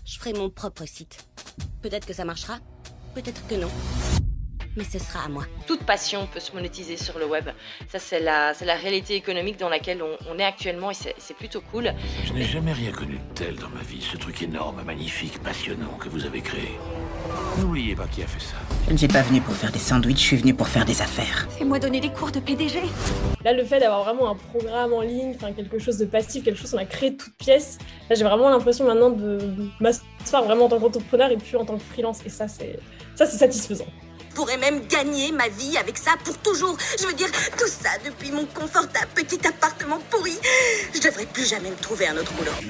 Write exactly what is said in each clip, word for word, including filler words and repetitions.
je ferai mon propre site. Peut-être que ça marchera, peut-être que non. Mais ce sera à moi. Toute passion peut se monétiser sur le web. Ça, c'est la, c'est la réalité économique dans laquelle on, on est actuellement et c'est, c'est plutôt cool. Je n'ai jamais rien connu de tel dans ma vie. Ce truc énorme, magnifique, passionnant que vous avez créé. N'oubliez pas qui a fait ça. Je ne suis pas venu pour faire des sandwichs, je suis venu pour faire des affaires. Fais-moi donner des cours de P D G. Là, le fait d'avoir vraiment un programme en ligne, enfin quelque chose de passif, quelque chose qu'on a créé de toutes pièces, là, j'ai vraiment l'impression maintenant de m'asseoir vraiment en tant qu'entrepreneur et plus en tant que freelance. Et ça, c'est, ça, c'est satisfaisant. Je pourrais même gagner ma vie avec ça pour toujours. Je veux dire, tout ça depuis mon confortable petit appartement pourri. Je devrais plus jamais me trouver un autre boulot.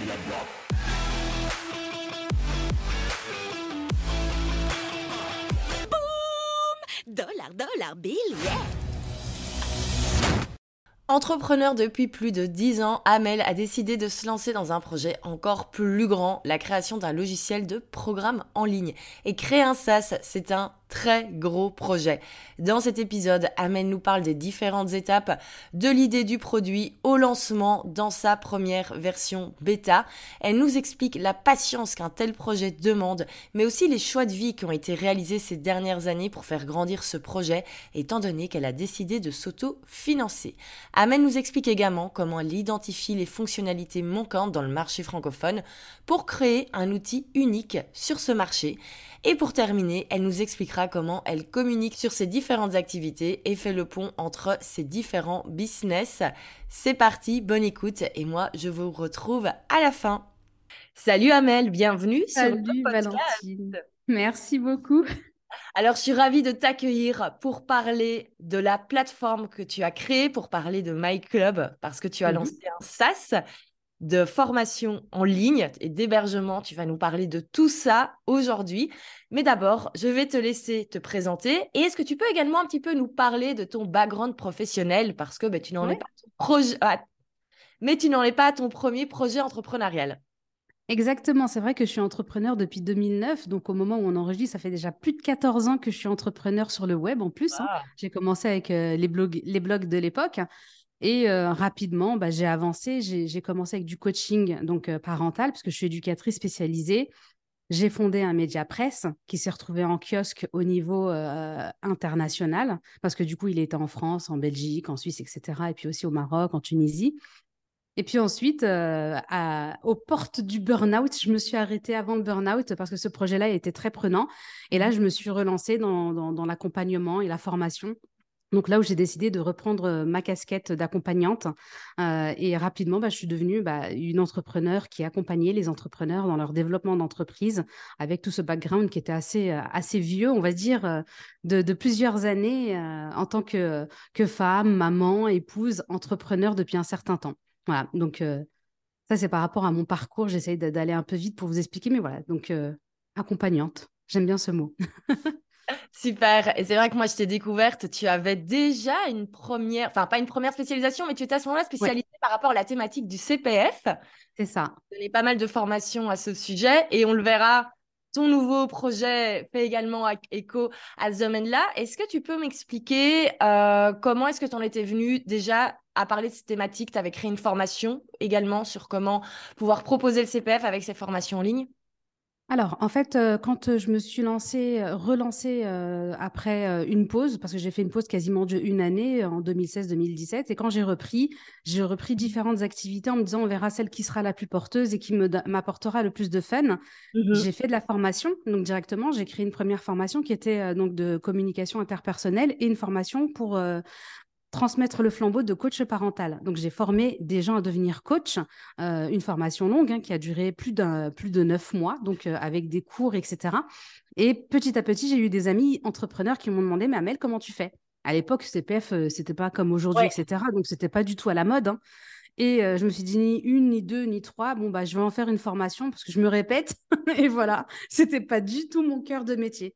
Boum! Dollar, dollar, bill, yeah! Entrepreneur depuis plus de dix ans, Amel a décidé de se lancer dans un projet encore plus grand, la création d'un logiciel de programme en ligne. Et créer un SaaS, c'est un très gros projet. Dans cet épisode, Amel nous parle des différentes étapes de l'idée du produit au lancement dans sa première version bêta. Elle nous explique la patience qu'un tel projet demande, mais aussi les choix de vie qui ont été réalisés ces dernières années pour faire grandir ce projet, étant donné qu'elle a décidé de s'auto-financer. Amel nous explique également comment elle identifie les fonctionnalités manquantes dans le marché francophone pour créer un outil unique sur ce marché. Et pour terminer, elle nous expliquera comment elle communique sur ses différentes activités et fait le pont entre ses différents business. C'est parti, bonne écoute et moi je vous retrouve à la fin. Salut Amel, bienvenue Salut sur le podcast. Valentine, merci beaucoup. Alors, je suis ravie de t'accueillir pour parler de la plateforme que tu as créée, pour parler de MyClub, parce que tu as Mhm. lancé un SaaS de formation en ligne et d'hébergement. Tu vas nous parler de tout ça aujourd'hui. Mais d'abord, je vais te laisser te présenter. Et est-ce que tu peux également un petit peu nous parler de ton background professionnel, parce que ben, tu n'en es Ouais. pas à ton projet, ah, mais tu n'en es pas à ton premier projet entrepreneurial. Exactement, c'est vrai que je suis entrepreneur depuis deux mille neuf, donc au moment où on enregistre, ça fait déjà plus de quatorze ans que je suis entrepreneur sur le web en plus. hein. Ah. J'ai commencé avec euh, les blogs, les blogs de l'époque et euh, rapidement, bah, j'ai avancé. J'ai, j'ai commencé avec du coaching donc euh, parental parce que je suis éducatrice spécialisée. J'ai fondé un média presse qui s'est retrouvé en kiosque au niveau euh, international parce que du coup, il était en France, en Belgique, en Suisse, et cetera. Et puis aussi au Maroc, en Tunisie. Et puis ensuite, euh, à- aux portes du burn-out, je me suis arrêtée avant le burn-out parce que ce projet-là était très prenant. Et là, je me suis relancée dans, dans, dans l'accompagnement et la formation. Donc là où j'ai décidé de reprendre euh, ma casquette d'accompagnante euh, et rapidement, bah, je suis devenue bah, une entrepreneur qui accompagnait les entrepreneurs dans leur développement d'entreprise avec tout ce background qui était assez, euh, assez vieux, on va dire, euh, de, de plusieurs années euh, en tant que, que femme, maman, épouse, entrepreneur depuis un certain temps. Voilà, donc euh, ça c'est par rapport à mon parcours, j'essaye d'a- d'aller un peu vite pour vous expliquer, mais voilà, donc euh, accompagnante, j'aime bien ce mot. Super. Et c'est vrai que moi, je t'ai découverte, tu avais déjà une première, enfin pas une première spécialisation, mais tu étais à ce moment-là Ouais, spécialisée par rapport à la thématique du C P F. c'est ça. Tu donnais pas mal de formations à ce sujet et on le verra. Ton nouveau projet fait également ac- écho à ce domaine-là. Est-ce que tu peux m'expliquer euh, comment est-ce que tu en étais venue déjà à parler de cette thématique? Tu avais créé une formation également sur comment pouvoir proposer le C P F avec ces formations en ligne? Alors, en fait, euh, quand euh, je me suis lancée, euh, relancée euh, après euh, une pause, parce que j'ai fait une pause quasiment d'une année euh, en deux mille seize deux mille dix-sept, et quand j'ai repris, j'ai repris différentes activités en me disant on verra celle qui sera la plus porteuse et qui me da- m'apportera le plus de fun. Mhm. J'ai fait de la formation, donc directement, j'ai créé une première formation qui était euh, donc de communication interpersonnelle et une formation pour euh, transmettre le flambeau de coach parental. Donc, j'ai formé des gens à devenir coach, euh, une formation longue hein, qui a duré plus, d'un, plus de neuf mois, donc euh, avec des cours, et cetera. Et petit à petit, j'ai eu des amis entrepreneurs qui m'ont demandé, mais Amel, comment tu fais? À l'époque, C P F, euh, c'était pas comme aujourd'hui, Ouais. et cetera. Donc, c'était pas du tout à la mode. hein. Et euh, je me suis dit, ni une, ni deux, ni trois, bon, bah, je vais en faire une formation parce que je me répète. Et voilà, c'était pas du tout mon cœur de métier.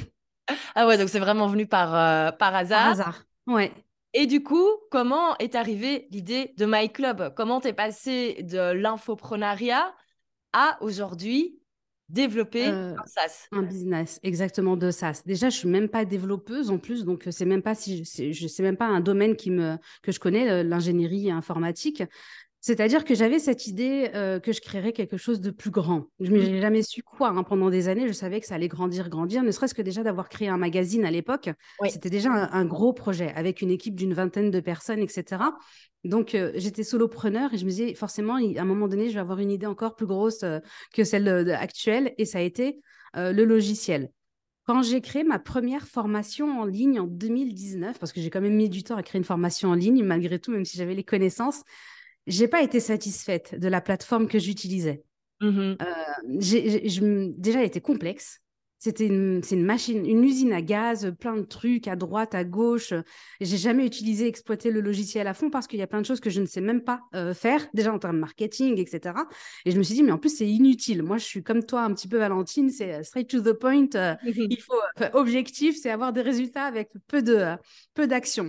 Ah ouais, donc c'est vraiment venu par, euh, par Par hasard. hasard. Ouais. Et du coup, comment est arrivée l'idée de My Club? Comment t'es passé de l'infoprenariat à aujourd'hui développer Euh, un SaaS? un business, exactement de ça. Déjà, je suis même pas développeuse en plus, donc euh, c'est même pas si je, c'est, je sais même pas un domaine qui me que je connais, euh, l'ingénierie informatique. C'est-à-dire que j'avais cette idée euh, que je créerais quelque chose de plus grand. Je n'ai jamais su quoi. Hein. Pendant des années, je savais que ça allait grandir, grandir. Ne serait-ce que déjà d'avoir créé un magazine à l'époque, Oui. c'était déjà un, un gros projet avec une équipe d'une vingtaine de personnes, et cetera. Donc, euh, j'étais solopreneur et je me disais, forcément, à un moment donné, je vais avoir une idée encore plus grosse euh, que celle euh, actuelle. Et ça a été euh, le logiciel. Quand j'ai créé ma première formation en ligne en deux mille dix-neuf, parce que j'ai quand même mis du temps à créer une formation en ligne, malgré tout, même si j'avais les connaissances, j'ai pas été satisfaite de la plateforme que j'utilisais. Mhm. Euh, j'ai, j'ai- je- déjà, elle était complexe. C'était une, c'est une machine, une usine à gaz, plein de trucs à droite, à gauche. J'ai jamais utilisé, exploité le logiciel à fond parce qu'il y a plein de choses que je ne sais même pas euh, faire, déjà en termes de marketing, et cetera. Et je me suis dit, mais en plus, c'est inutile. Moi, je suis comme toi, un petit peu Valentine, c'est euh, straight to the point. Euh, il faut, euh, objectif, c'est avoir des résultats avec peu de, euh, peu d'action.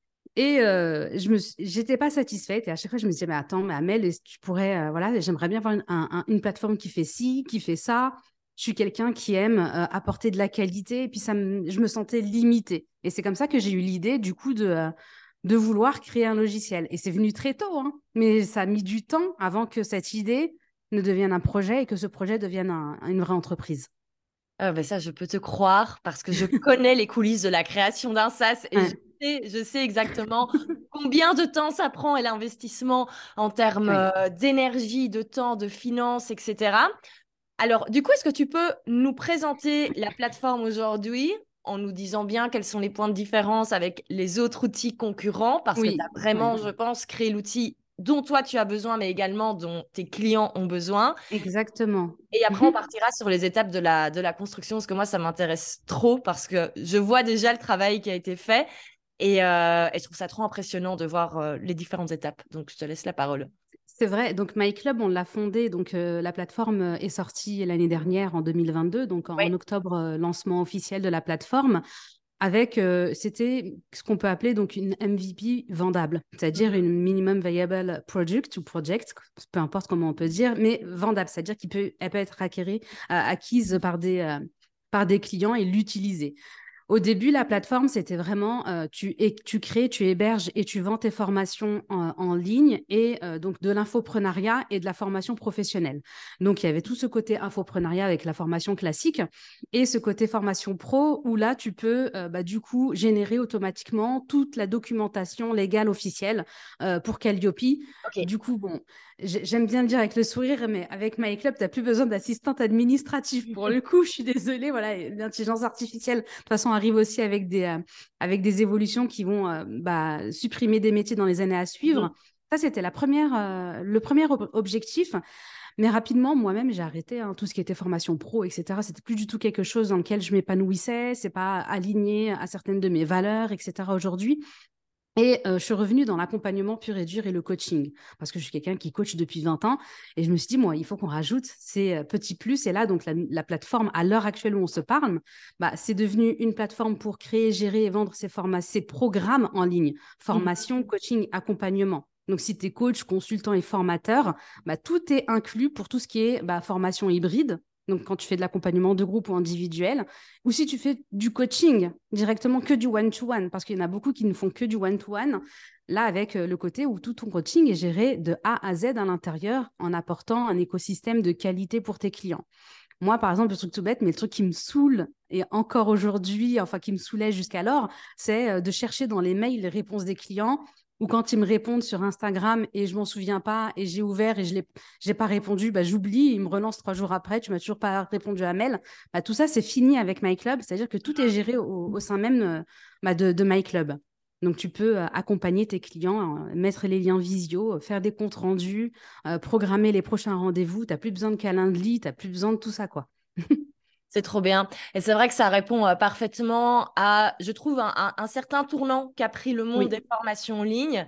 Et euh, je me suis- j'étais pas satisfaite. Et à chaque fois, je me disais, mais attends, mais Amel, est-ce que tu pourrais, euh, voilà, j'aimerais bien avoir une, un- un- une plateforme qui fait ci, qui fait ça. Je suis quelqu'un qui aime euh, apporter de la qualité. Et puis, ça me- je me sentais limitée. Et c'est comme ça que j'ai eu l'idée, du coup, de, euh, de vouloir créer un logiciel. Et c'est venu très tôt, hein, mais ça a mis du temps avant que cette idée ne devienne un projet et que ce projet devienne un- une vraie entreprise. Ah, ben ça, je peux te croire parce que je connais les coulisses de la création d'un SaaS et je Ouais. sais, je sais exactement combien de temps ça prend et l'investissement en termes Ouais. euh, d'énergie, de temps, de finances, et cetera. Alors, du coup, est-ce que tu peux nous présenter la plateforme aujourd'hui en nous disant bien quels sont les points de différence avec les autres outils concurrents? Parce que tu Oui. as vraiment, Ouais. je pense, créé l'outil dont toi tu as besoin, mais également dont tes clients ont besoin. Exactement. Et après, on partira sur les étapes de la, de la construction, parce que moi, ça m'intéresse trop, parce que je vois déjà le travail qui a été fait, et, euh, et je trouve ça trop impressionnant de voir euh, les différentes étapes. Donc, je te laisse la parole. C'est vrai, donc MyClub, on l'a fondé, donc euh, la plateforme euh, est sortie l'année dernière en deux mille vingt-deux, donc en, Oui. en octobre, euh, lancement officiel de la plateforme, avec, euh, c'était ce qu'on peut appeler donc une M V P vendable, c'est-à-dire Mhm. une Minimum Viable Product ou Project, peu importe comment on peut dire, mais vendable, c'est-à-dire qu'elle peut, elle peut être acquérie, euh, acquise par des, euh, par des clients et l'utiliser. Au début, la plateforme, c'était vraiment euh, tu, et, tu crées, tu héberges et tu vends tes formations en, en ligne et euh, donc de l'infoprenariat et de la formation professionnelle. Donc, il y avait tout ce côté infoprenariat avec la formation classique et ce côté formation pro où là, tu peux euh, bah, du coup générer automatiquement toute la documentation légale officielle euh, pour Calliope. Ok. Du coup, bon, j'aime bien le dire avec le sourire, mais avec MyClub, tu n'as plus besoin d'assistante administrative. Pour le coup, je suis désolée, voilà, l'intelligence artificielle, de toute façon, arrive aussi avec des, euh, avec des évolutions qui vont euh, bah, supprimer des métiers dans les années à suivre. Mhm. Ça, c'était la première, euh, le premier ob- objectif. Mais rapidement, moi-même, j'ai arrêté hein, tout ce qui était formation pro, et cetera. C'était plus du tout quelque chose dans lequel je m'épanouissais. C'est pas aligné à certaines de mes valeurs, et cetera aujourd'hui. Et euh, je suis revenue dans l'accompagnement pur et dur et le coaching, parce que je suis quelqu'un qui coach depuis vingt ans. Et je me suis dit, moi, il faut qu'on rajoute ces euh, petits plus. Et là, donc, la, la plateforme, à l'heure actuelle où on se parle, bah, c'est devenu une plateforme pour créer, gérer et vendre ses, forma- ses programmes en ligne, Mhm. formation, coaching, accompagnement. Donc, si tu es coach, consultant et formateur, bah, tout est inclus pour tout ce qui est bah, formation hybride. Donc, quand tu fais de l'accompagnement de groupe ou individuel, ou si tu fais du coaching directement que du one-to-one, parce qu'il y en a beaucoup qui ne font que du one-to-one, là avec euh, le côté où tout ton coaching est géré de A à Z à l'intérieur en apportant un écosystème de qualité pour tes clients. Moi, par exemple, le truc tout bête, mais le truc qui me saoule, et encore aujourd'hui, enfin qui me saoulait jusqu'alors, c'est euh, de chercher dans les mails les réponses des clients ou quand ils me répondent sur Instagram et je m'en souviens pas et j'ai ouvert et je n'ai j'ai pas répondu, bah, j'oublie, ils me relancent trois jours après, tu m'as toujours pas répondu à mail. Bah, tout ça, c'est fini avec MyClub, c'est-à-dire que tout est géré au, au sein même euh, bah, de, de MyClub. Donc, tu peux euh, accompagner tes clients, euh, mettre les liens visio, euh, faire des comptes rendus, euh, programmer les prochains rendez-vous. Tu n'as plus besoin de Calendly, tu n'as plus besoin de tout ça, quoi. C'est trop bien. Et c'est vrai que ça répond euh, parfaitement à, je trouve, un, un- un certain tournant qu'a pris le monde Oui, des formations en ligne,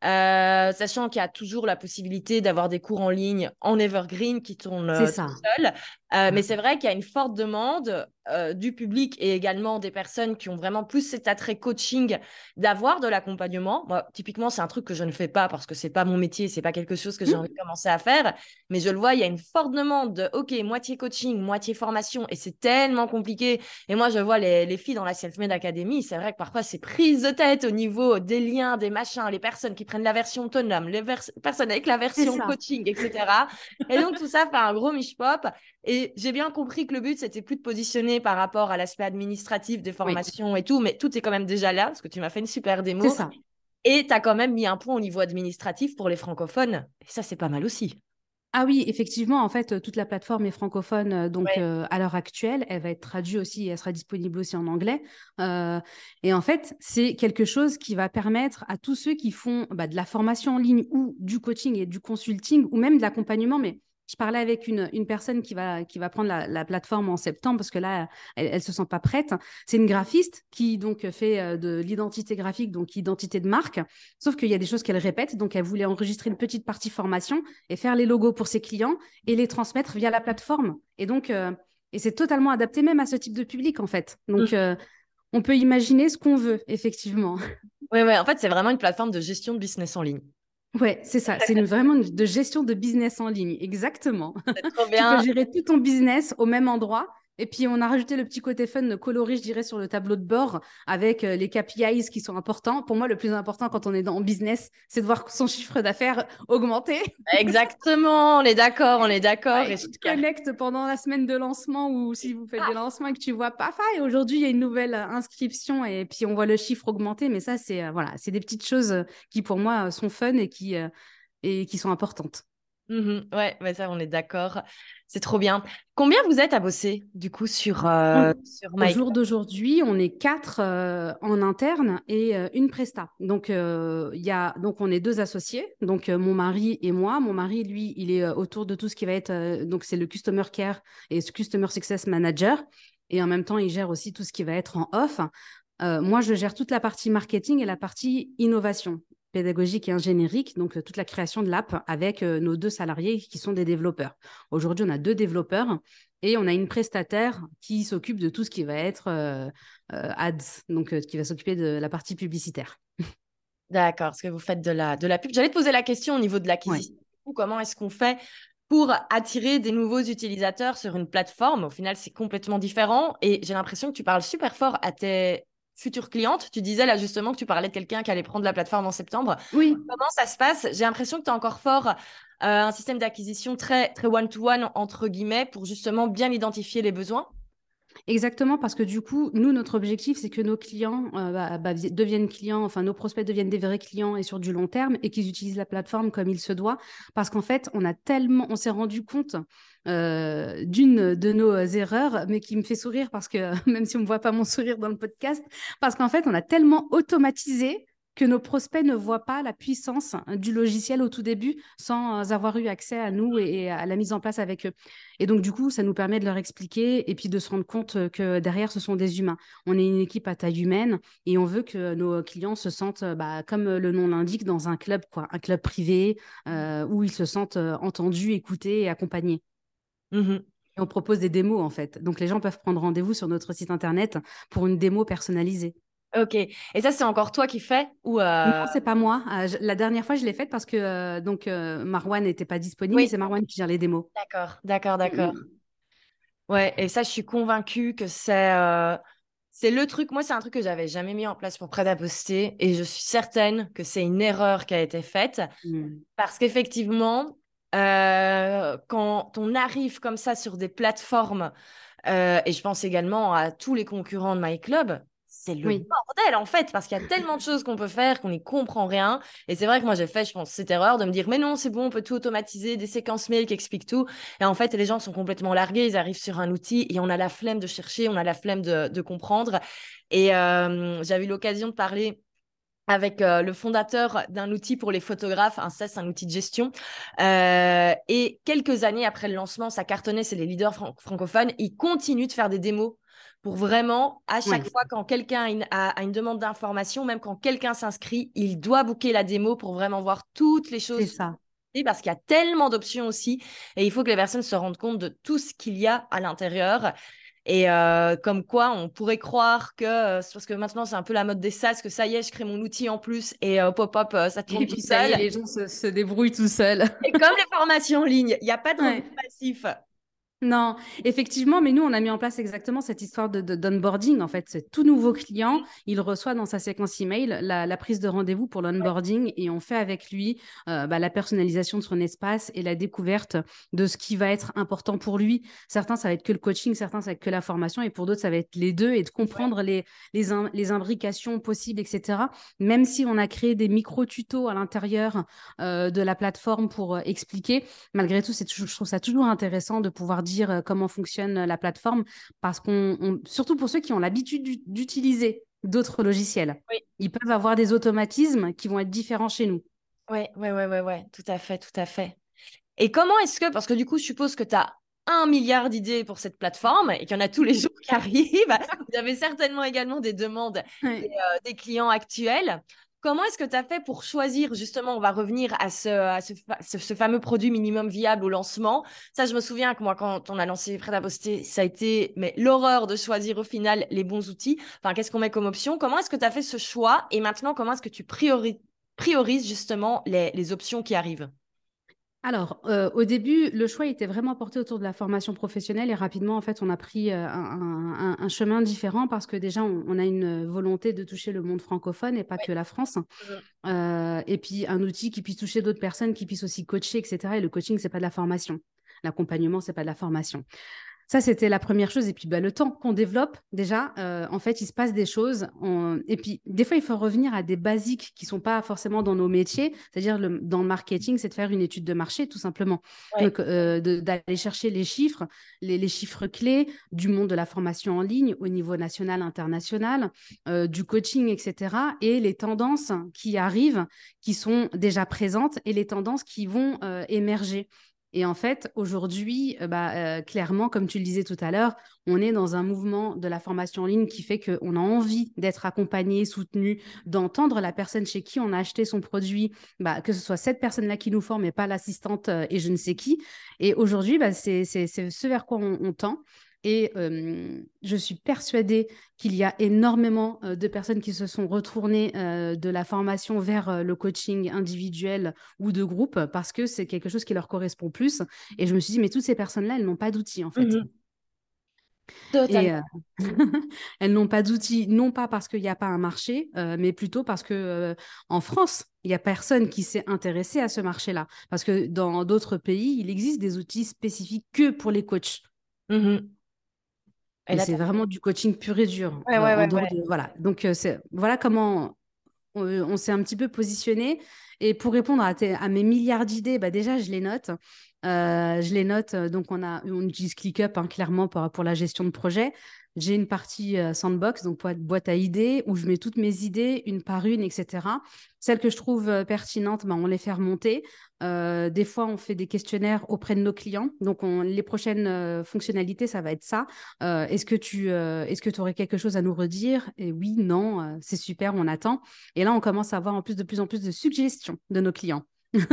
euh, sachant qu'il y a toujours la possibilité d'avoir des cours en ligne en evergreen qui tournent c'est euh, tout ça. seuls. Euh, mais Ouais. c'est vrai qu'il y a une forte demande euh, du public et également des personnes qui ont vraiment plus cet attrait coaching d'avoir de l'accompagnement. Moi, typiquement, c'est un truc que je ne fais pas parce que c'est pas mon métier, c'est pas quelque chose que j'ai envie de commencer à faire. Mais je le vois, il y a une forte demande de, OK, moitié coaching, moitié formation, et c'est tellement compliqué. Et moi, je vois les, les filles dans la Self-Made Academy, c'est vrai que parfois, c'est prise de tête au niveau des liens, des machins, les personnes qui prennent la version autonome, les vers- personnes avec la version coaching, et cetera. Et donc, tout ça fait un gros miche-pop. Et j'ai bien compris que le but, c'était plus de positionner par rapport à l'aspect administratif des formations oui. et tout, mais tout est quand même déjà là, parce que tu m'as fait une super démo. C'est ça. Et tu as quand même mis un point au niveau administratif pour les francophones. Et ça, c'est pas mal aussi. Ah oui, effectivement, en fait, toute la plateforme est francophone. Donc, ouais. euh, à l'heure actuelle, elle va être traduite aussi, elle sera disponible aussi en anglais. Euh, et en fait, c'est quelque chose qui va permettre à tous ceux qui font bah, de la formation en ligne ou du coaching et du consulting ou même de l'accompagnement, mais je parlais avec une, une personne qui va, qui va prendre la, la plateforme en septembre parce que là, elle ne se sent pas prête. C'est une graphiste qui donc fait de l'identité graphique, donc identité de marque. Sauf qu'il y a des choses qu'elle répète. Donc, elle voulait enregistrer une petite partie formation et faire les logos pour ses clients et les transmettre via la plateforme. Et donc, euh, et c'est totalement adapté même à ce type de public, en fait. Donc, mmh. euh, on peut imaginer ce qu'on veut, effectivement. Oui, ouais. En fait, c'est vraiment une plateforme de gestion de business en ligne. Ouais, c'est ça. C'est une, vraiment une, de gestion de business en ligne. Exactement. C'est trop bien. Tu peux gérer tout ton business au même endroit. Et puis, on a rajouté le petit côté fun coloré, je dirais, sur le tableau de bord avec euh, les K P Is qui sont importants. Pour moi, le plus important quand on est dans, en business, c'est de voir son chiffre d'affaires augmenter. Exactement. On est d'accord, on est d'accord. Ouais, et tu te connectes pendant la semaine de lancement ou si vous faites ah. des lancements et que tu vois, paf, et aujourd'hui, il y a une nouvelle inscription et puis on voit le chiffre augmenter. Mais ça, c'est euh, voilà, c'est des petites choses qui, pour moi, sont fun et qui, euh, et qui sont importantes. Mmh, ouais, ouais, ça, on est d'accord. C'est trop bien. Combien vous êtes à bosser, du coup, sur, euh, on, sur Au jour d'aujourd'hui, on est quatre euh, en interne et euh, une presta. Donc, euh, y a, donc, on est deux associés. Donc, euh, mon mari et moi. Mon mari, lui, il est euh, autour de tout ce qui va être... Euh, donc, c'est le Customer Care et ce Customer Success Manager. Et en même temps, il gère aussi tout ce qui va être en off. Euh, moi, je gère toute la partie marketing et la partie innovation pédagogique et ingénierique, donc euh, toute la création de l'app avec euh, nos deux salariés qui sont des développeurs. Aujourd'hui, on a deux développeurs et on a une prestataire qui s'occupe de tout ce qui va être euh, euh, ads, donc euh, qui va s'occuper de la partie publicitaire. D'accord, parce que vous faites de la, de la pub. J'allais te poser la question au niveau de l'acquisition. Ouais. Comment est-ce qu'on fait pour attirer des nouveaux utilisateurs sur une plateforme? Au final, c'est complètement différent et j'ai l'impression que tu parles super fort à tes future cliente. Tu disais là justement que tu parlais de quelqu'un qui allait prendre la plateforme en septembre. Oui. Comment ça se passe? J'ai l'impression que tu as encore fort euh, un système d'acquisition très, très one-to-one, entre guillemets, pour justement bien identifier les besoins. Exactement, parce que du coup, nous, notre objectif, c'est que nos clients euh, bah, bah, deviennent clients, enfin, nos prospects deviennent des vrais clients et sur du long terme et qu'ils utilisent la plateforme comme il se doit. Parce qu'en fait, on a tellement, on s'est rendu compte euh, d'une de nos erreurs, mais qui me fait sourire parce que, même si on ne voit pas mon sourire dans le podcast, parce qu'en fait, on a tellement automatisé que nos prospects ne voient pas la puissance du logiciel au tout début sans avoir eu accès à nous et à la mise en place avec eux. Et donc, du coup, ça nous permet de leur expliquer et puis de se rendre compte que derrière, ce sont des humains. On est une équipe à taille humaine et on veut que nos clients se sentent, bah, comme le nom l'indique, dans un club, quoi, un club privé euh, où ils se sentent entendus, écoutés et accompagnés. Mmh. Et on propose des démos, en fait. Donc, les gens peuvent prendre rendez-vous sur notre site internet pour une démo personnalisée. Ok. Et ça, c'est encore toi qui fais ou euh... Non, c'est pas moi. Euh, je, la dernière fois, je l'ai faite parce que euh, donc euh, Marwan n'était pas disponible. Oui. Mais c'est Marwan qui gère les démos. D'accord, d'accord, d'accord. Mmh. Ouais, et ça, je suis convaincue que c'est euh, c'est le truc. Moi, c'est un truc que j'avais jamais mis en place pour Prêt à poster, et je suis certaine que c'est une erreur qui a été faite mmh. parce qu'effectivement, euh, quand on arrive comme ça sur des plateformes, euh, et je pense également à tous les concurrents de MyClub. C'est le oui. bordel, en fait, parce qu'il y a tellement de choses qu'on peut faire qu'on n'y comprend rien. Et c'est vrai que moi, j'ai fait, je pense, cette erreur de me dire, mais non, c'est bon, on peut tout automatiser, des séquences mail qui expliquent tout. Et en fait, les gens sont complètement largués, ils arrivent sur un outil et on a la flemme de chercher, on a la flemme de, de comprendre. Et euh, j'avais eu l'occasion de parler avec euh, le fondateur d'un outil pour les photographes. Un C E S, un outil de gestion. Euh, et quelques années après le lancement, ça cartonnait, c'est les leaders fran- francophones. Ils continuent de faire des démos pour vraiment, à chaque oui. fois, quand quelqu'un a une, a, a une demande d'information, même quand quelqu'un s'inscrit, il doit booker la démo pour vraiment voir toutes les choses. C'est ça. Parce qu'il y a tellement d'options aussi. Et il faut que les personnes se rendent compte de tout ce qu'il y a à l'intérieur. Et euh, comme quoi, on pourrait croire que, euh, c'est parce que maintenant, c'est un peu la mode des SaaS, que ça y est, je crée mon outil en plus et euh, pop-up, euh, ça tourne et tout puis, seul. Ça y est, les gens se, se débrouillent tout seuls. Et comme les formations en ligne, il n'y a pas de revenu ouais. passif. Non, effectivement, mais nous, on a mis en place exactement cette histoire de, de- d'onboarding. En fait, c'est tout nouveau client. Il reçoit dans sa séquence email la, la prise de rendez-vous pour l'onboarding et on fait avec lui euh, bah, la personnalisation de son espace et la découverte de ce qui va être important pour lui. Certains, ça va être que le coaching, certains, ça va être que la formation et pour d'autres, ça va être les deux et de comprendre les, les, im- les imbrications possibles, et cetera. Même si on a créé des micro-tutos à l'intérieur euh, de la plateforme pour euh, expliquer, malgré tout, c'est toujours, je trouve ça toujours intéressant de pouvoir dire euh, comment fonctionne euh, la plateforme, parce qu'on, on- surtout pour ceux qui ont l'habitude d'u- d'utiliser d'autres logiciels, Oui. ils peuvent avoir des automatismes qui vont être différents chez nous. Ouais, ouais, ouais, ouais, ouais, tout à fait, tout à fait. Et comment est-ce que, parce que du coup, je suppose que tu as un milliard d'idées pour cette plateforme et qu'il y en a tous les jours qui arrivent, vous avez certainement également des demandes des, Ouais. euh, des clients actuels. Comment est-ce que tu as fait pour choisir, justement, on va revenir à, ce, à ce, fa- ce- ce fameux produit minimum viable au lancement. Ça, je me souviens que moi, quand on a lancé Prêt à poster, ça a été mais l'horreur de choisir au final les bons outils. Enfin, qu'est-ce qu'on met comme option? Comment est-ce que tu as fait ce choix? Et maintenant, comment est-ce que tu priori- priorises justement les, les options qui arrivent? Alors, euh, au début, le choix était vraiment porté autour de la formation professionnelle et rapidement, en fait, on a pris euh, un, un- un chemin différent parce que déjà, on, on a une volonté de toucher le monde francophone et pas que la France. Mhm. Euh, et puis, un outil qui puisse toucher d'autres personnes, qui puisse aussi coacher, et cetera. Et le coaching, c'est pas de la formation. L'accompagnement, c'est pas de la formation. Ça, c'était la première chose. Et puis, bah, le temps qu'on développe, déjà, euh, en fait, il se passe des choses. On- Et puis, des fois, il faut revenir à des basiques qui ne sont pas forcément dans nos métiers. C'est-à-dire, le... dans le marketing, c'est de faire une étude de marché, tout simplement. Ouais. Donc, euh, de- d'aller chercher les chiffres, les, les chiffres clés du monde de la formation en ligne au niveau national, international, euh, du coaching, et cetera. Et les tendances qui arrivent, qui sont déjà présentes et les tendances qui vont euh, émerger. Et en fait, aujourd'hui, euh, bah, euh, clairement, comme tu le disais tout à l'heure, on est dans un mouvement de la formation en ligne qui fait qu'on a envie d'être accompagné, soutenu, d'entendre la personne chez qui on a acheté son produit, bah, que ce soit cette personne-là qui nous forme et pas l'assistante euh, et je ne sais qui. Et aujourd'hui, bah, c'est c'est- c'est ce vers quoi on, on tend. Et euh, je suis persuadée qu'il y a énormément euh, de personnes qui se sont retournées euh, de la formation vers euh, le coaching individuel ou de groupe parce que c'est quelque chose qui leur correspond plus. Et je me suis dit, mais toutes ces personnes-là, elles n'ont pas d'outils en fait. Mhm. Totalement. Et euh, elles n'ont pas d'outils, non pas parce qu'il n'y a pas un marché, euh, mais plutôt parce que euh, en France, il n'y a personne qui s'est intéressé à ce marché-là. Parce que dans d'autres pays, il existe des outils spécifiques que pour les coachs. Mhm. Et Mais là, c'est t'as- vraiment du coaching pur et dur. ouais, euh, ouais, en ouais, dehors ouais. de, voilà. Donc, euh, c'est, voilà comment on, on s'est un petit peu positionné. Et pour répondre à, tes- à mes milliards d'idées, bah déjà, je les note. Euh, je les note. euh, Donc, on, a, on utilise ClickUp hein, clairement pour, pour la gestion de projet. J'ai une partie euh, sandbox, donc boîte, boîte à idées, où je mets toutes mes idées une par une, et cetera. Celles que je trouve euh, pertinentes, bah, on les fait remonter. Euh, des fois, on fait des questionnaires auprès de nos clients. Donc, on, les prochaines euh, fonctionnalités, ça va être ça. Euh, est-ce que tu euh, est-ce que tu aurais quelque chose à nous redire? Et oui, non, euh, c'est super, on attend. Et là, on commence à avoir en plus de plus en plus de suggestions de nos clients.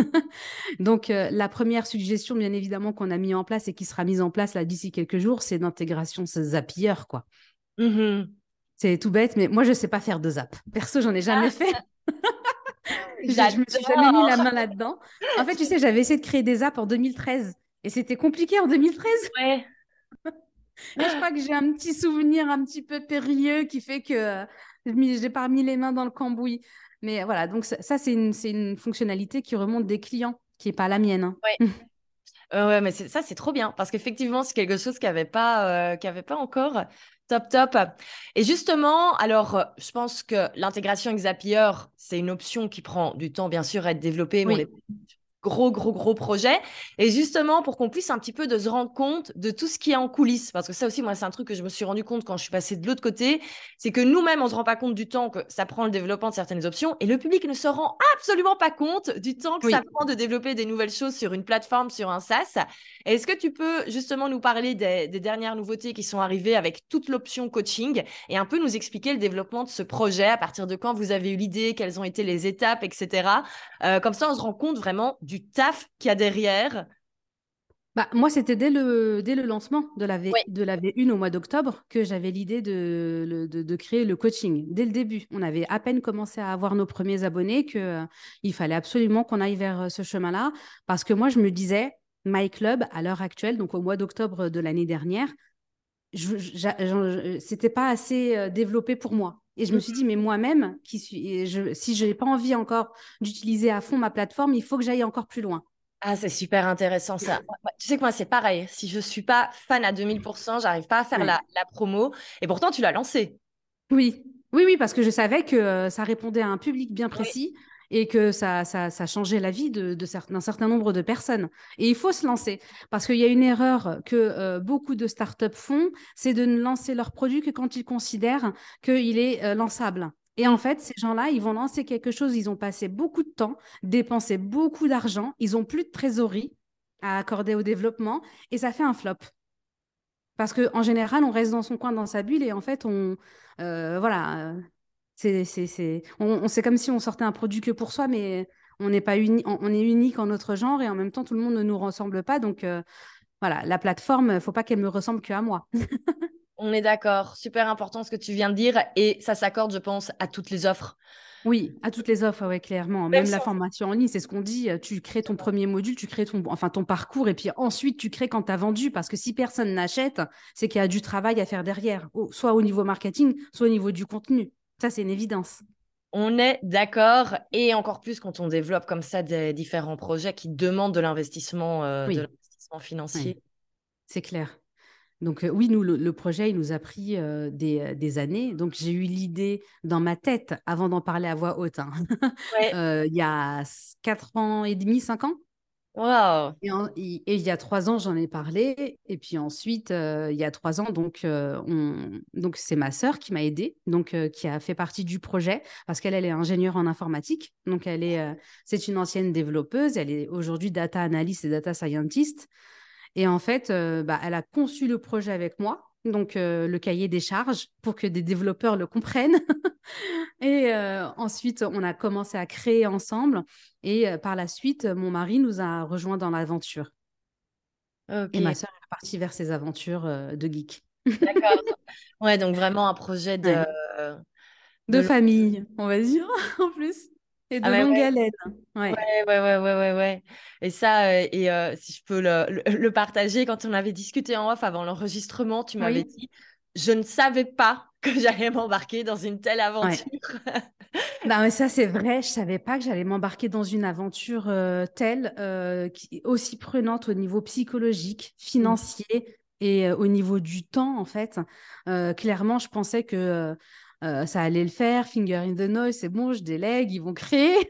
Donc, euh, la première suggestion, bien évidemment, qu'on a mis en place et qui sera mise en place là d'ici quelques jours, c'est d'intégration Zapier, quoi. Mhm. C'est tout bête, mais moi, je ne sais pas faire de zap. Perso, j'en ai jamais fait. Je je me suis jamais mis la J'adore. main là-dedans. En fait, tu sais, j'avais essayé de créer des apps en deux mille treize et c'était compliqué en deux mille treize. Ouais. Et je crois que j'ai un petit souvenir un petit peu périlleux qui fait que euh, je m'y- j'ai pas mis les mains dans le cambouis. Mais voilà, donc ça, ça, c'est une, c'est une fonctionnalité qui remonte des clients, qui n'est pas la mienne, hein. Ouais. Euh, ouais, mais c'est- ça, c'est trop bien parce qu'effectivement, c'est quelque chose qui avait pas, euh, qui avait pas encore. Top, top. Et justement, alors, euh, je pense que l'intégration avec Zapier, c'est une option qui prend du temps, bien sûr, à être développée, mais on est Oui. gros, gros, gros projet. Et justement, pour qu'on puisse un petit peu de se rendre compte de tout ce qui est en coulisses. Parce que ça aussi, moi, c'est un truc que je me suis rendu compte quand je suis passée de l'autre côté. C'est que nous-mêmes, on ne se rend pas compte du temps que ça prend le développement de certaines options. Et le public ne se rend absolument pas compte du temps que Oui. ça prend de développer des nouvelles choses sur une plateforme, sur un SaaS. Est-ce que tu peux justement nous parler des, des dernières nouveautés qui sont arrivées avec toute l'option coaching et un peu nous expliquer le développement de ce projet, à partir de quand vous avez eu l'idée, quelles ont été les étapes, et cetera. Euh, comme ça, on se rend compte vraiment du taf qu'il y a derrière. Bah, moi, c'était dès le, dès le lancement de la, Oui. V, de la V un au mois d'octobre que j'avais l'idée de, le- de, de créer le coaching. Dès le début, on avait à peine commencé à avoir nos premiers abonnés qu'il fallait absolument qu'on aille vers ce chemin-là parce que moi, je me disais, My Club, à l'heure actuelle, donc au mois d'octobre de l'année dernière, je, je, je, c'était pas assez euh, développé pour moi. Et je me suis dit, mais moi-même, qui suis, je, si je n'ai pas envie encore d'utiliser à fond ma plateforme, il faut que j'aille encore plus loin. Ah, c'est super intéressant ça. Ouais, tu sais que moi, c'est pareil. Si je suis pas fan à deux mille pour cent, j'arrive pas à faire Ouais. la, la promo. Et pourtant, tu l'as lancé. Oui, oui, oui, parce que je savais que euh, ça répondait à un public bien Oui. précis et que ça, ça, ça changeait la vie de, de cer- d'un certain nombre de personnes. Et il faut se lancer parce qu'il y a une erreur que euh, beaucoup de startups font, c'est de ne lancer leur produit que quand ils considèrent qu'il est euh, lançable. Et en fait, ces gens-là, ils vont lancer quelque chose, ils ont passé beaucoup de temps, dépensé beaucoup d'argent, ils ont plus de trésorerie à accorder au développement et ça fait un flop. Parce qu'en général, on reste dans son coin, dans sa bulle, et en fait, on, euh, voilà, euh, c'est, c'est, c'est, on, on- c'est comme si on sortait un produit que pour soi, mais on n'est pas uni, on, on est unique en notre genre, et en même temps, tout le monde ne nous ressemble pas. Donc, euh, voilà, la plateforme, il faut pas qu'elle me ressemble que à moi. On est d'accord. Super important ce que tu viens de dire. Et ça s'accorde, je pense, à toutes les offres. Oui, à toutes les offres, ouais, clairement. Même Même la sans- formation en ligne, c'est ce qu'on dit. euh, Tu crées ton premier module, tu crées ton, enfin, ton parcours, et puis ensuite, tu crées quand tu as vendu. Parce que si personne n'achète, c'est qu'il y a du travail à faire derrière, au- soit au niveau marketing, soit au niveau du contenu. Ça, c'est une évidence. On est d'accord. Et encore plus quand on développe comme ça des différents projets qui demandent de l'investissement, euh, de Oui, l'investissement financier. oui, c'est clair. Donc euh, oui, nous, le, le projet, il nous a pris euh, des, euh, des années. Donc j'ai eu l'idée dans ma tête, avant d'en parler à voix haute, hein, Ouais. euh, il y a quatre ans et demi, cinq ans. Waouh. Et, en- et- et il y a trois ans, j'en ai parlé. Et puis ensuite, euh, il y a trois ans, donc, euh, on... donc c'est ma sœur qui m'a aidée, donc euh, qui a fait partie du projet parce qu'elle, elle est ingénieure en informatique. Donc elle est, euh, c'est une ancienne développeuse. Elle est aujourd'hui data analyst et data scientist. Et en fait, euh, bah, elle a conçu le projet avec moi, donc euh, le cahier des charges, pour que des développeurs le comprennent. Et euh, ensuite, on a commencé à créer ensemble. Et euh, par la suite, mon mari nous a rejoints dans l'aventure. Et ma Ok. sœur est partie vers ses aventures euh, de geek. D'accord. Ouais, donc vraiment un projet de, Ouais. de De long- famille, on va dire, en plus. Et Ah de ouais, longue ouais. haleine. Ouais, Ouais. ouais, ouais, ouais, ouais, ouais. Et ça, euh, et euh, si je peux le, le, le partager, quand on avait discuté en off avant l'enregistrement, tu m'avais Oui. dit, je ne savais pas que j'allais m'embarquer dans une telle Ouais. aventure. Non, mais ça, c'est vrai. Je savais pas que j'allais m'embarquer dans une aventure euh, telle, euh, qui- aussi prenante au niveau psychologique, Mm. financier et euh, au niveau du temps, en fait. Euh, clairement, je pensais que euh, euh, ça allait le faire. Finger in the noise, c'est bon, je délègue, ils vont créer.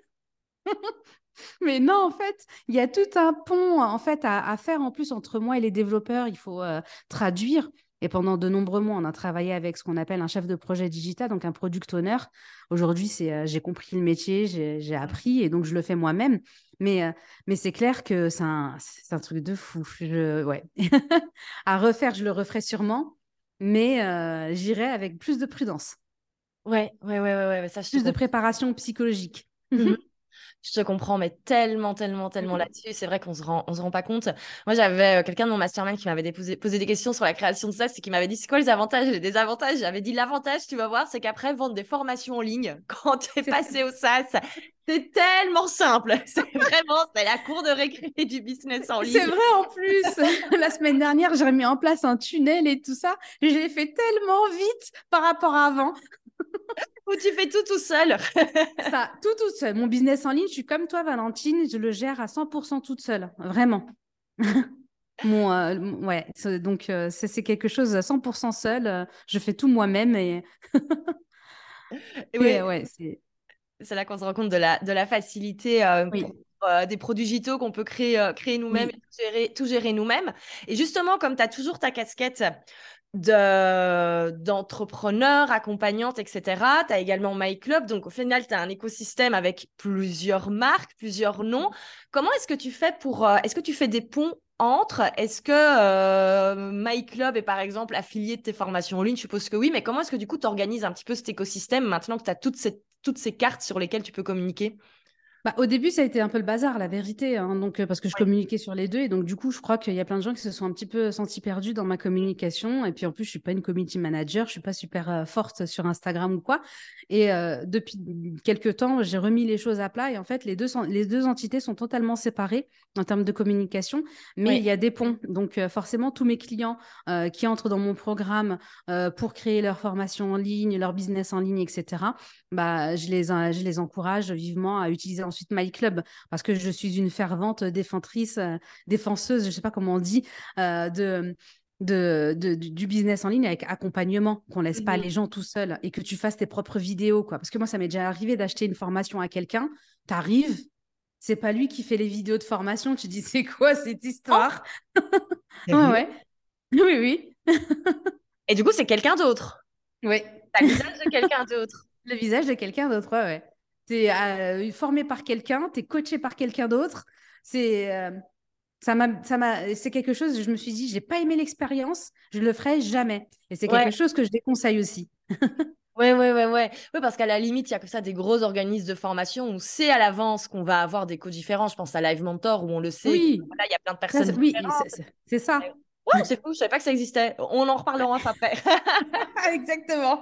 Mais non, en fait, il y a tout un pont en fait à, à faire en plus entre moi et les développeurs. Il faut euh, traduire. Et pendant de nombreux mois, on a travaillé avec ce qu'on appelle un chef de projet digital, donc un product owner. Aujourd'hui, c'est, euh, j'ai compris le métier, j'ai, j'ai appris et donc je le fais moi-même. Mais, euh, mais c'est clair que c'est un, c'est un truc de fou. Je, ouais. À refaire, je le referai sûrement, mais euh, j'irai avec plus de prudence, Ouais, ouais, ouais, ouais, ouais, ça, je te plus de comprends. préparation psychologique. Mhm. Je te comprends, mais tellement, tellement, tellement là-dessus. C'est vrai qu'on se rend, on se rend pas compte. Moi, j'avais euh, quelqu'un de mon mastermind qui m'avait déposé- posé des questions sur la création de ça. C'est qui m'avait dit, c'est quoi les avantages et les désavantages? J'avais dit, l'avantage, tu vas voir, c'est qu'après, vendre des formations en ligne, quand tu es C'est passé au SaaS, c'est tellement simple. C'est vraiment, c'est la cour de récré du business en C'est ligne. vrai en plus. La semaine dernière, j'ai remis en place un tunnel et tout ça. Je l'ai fait tellement vite par rapport à avant. Où tu fais tout tout seul. Ça, tout toute seule. Mon business en ligne, je suis comme toi, Valentine. Je le gère à cent pour cent toute seule. Vraiment. Mon, euh, mon- ouais, c'est- donc euh, c'est c'est quelque chose à cent pour cent seul. Euh, je fais tout moi-même et, Et et, ouais, euh, ouais, c'est c'est là qu'on se rend compte de la, de la facilité euh, pour oui, euh, des produits digitaux qu'on peut créer, euh, créer nous-mêmes et oui, tout gérer, tout gérer nous-mêmes. Et justement, comme tu as toujours ta casquette de, d'entrepreneur, accompagnante, et cetera, tu as également My Club. Donc, au final, tu as un écosystème avec plusieurs marques, plusieurs noms. Comment est-ce que tu fais pour... euh, est-ce que tu fais des ponts entre? Est-ce que euh, My Club est, par exemple, affilié de tes formations en ligne? Je suppose que oui. Mais comment est-ce que, du coup, tu organises un petit peu cet écosystème maintenant que tu as toutes ces, toutes ces cartes sur lesquelles tu peux communiquer? Bah, au début, ça a été un peu le bazar, la vérité, hein, donc, euh, parce que je Ouais. communiquais sur les deux. Et donc, du coup, je crois qu'il y a plein de gens qui se sont un petit peu sentis perdus dans ma communication. Et puis, en plus, je suis pas une community manager, je suis pas super euh, forte sur Instagram ou quoi. Et euh, depuis quelques temps, j'ai remis les choses à plat. Et en fait, les deux, sont- les deux entités sont totalement séparées en termes de communication, mais il y Oui. a des ponts. Donc, euh, forcément, tous mes clients euh, qui entrent dans mon programme euh, pour créer leur formation en ligne, leur business en ligne, et cetera, bah, je les, je les encourage vivement à utiliser ensuite MyClub parce que je suis une fervente défentrice, euh, défenseuse, je ne sais pas comment on dit, euh, de, de, de, du business en ligne avec accompagnement, qu'on ne laisse pas Mhm. les gens tout seuls et que tu fasses tes propres vidéos, quoi. Parce que moi, ça m'est déjà arrivé d'acheter une formation à quelqu'un, tu arrives, c'est pas lui qui fait les vidéos de formation, tu dis, c'est quoi cette Oh, histoire? Ouais, sérieux? ouais. Oui, oui. Et du coup, c'est quelqu'un d'autre. Oui. T'as le visage de quelqu'un d'autre. Le visage de quelqu'un d'autre, ouais, ouais. T'es euh, formé par quelqu'un, t'es coaché par quelqu'un d'autre. C'est euh, ça m'a, ça m'a, c'est quelque chose, je me suis dit, j'ai pas aimé l'expérience, je le ferai jamais. Et c'est Ouais. quelque chose que je déconseille aussi. Ouais, ouais, ouais, ouais. Ouais, parce qu'à la limite, il y a que ça des gros organismes de formation où on sait à l'avance qu'on va avoir des codes différents. Je pense à Live Mentor où on le sait. Que, Oui, voilà, il y a plein de ça, personnes c'est- oui, différentes. c'est c'est- c'est ça. Ouais, c'est fou, je savais pas que ça existait. On en reparlera off après. Exactement.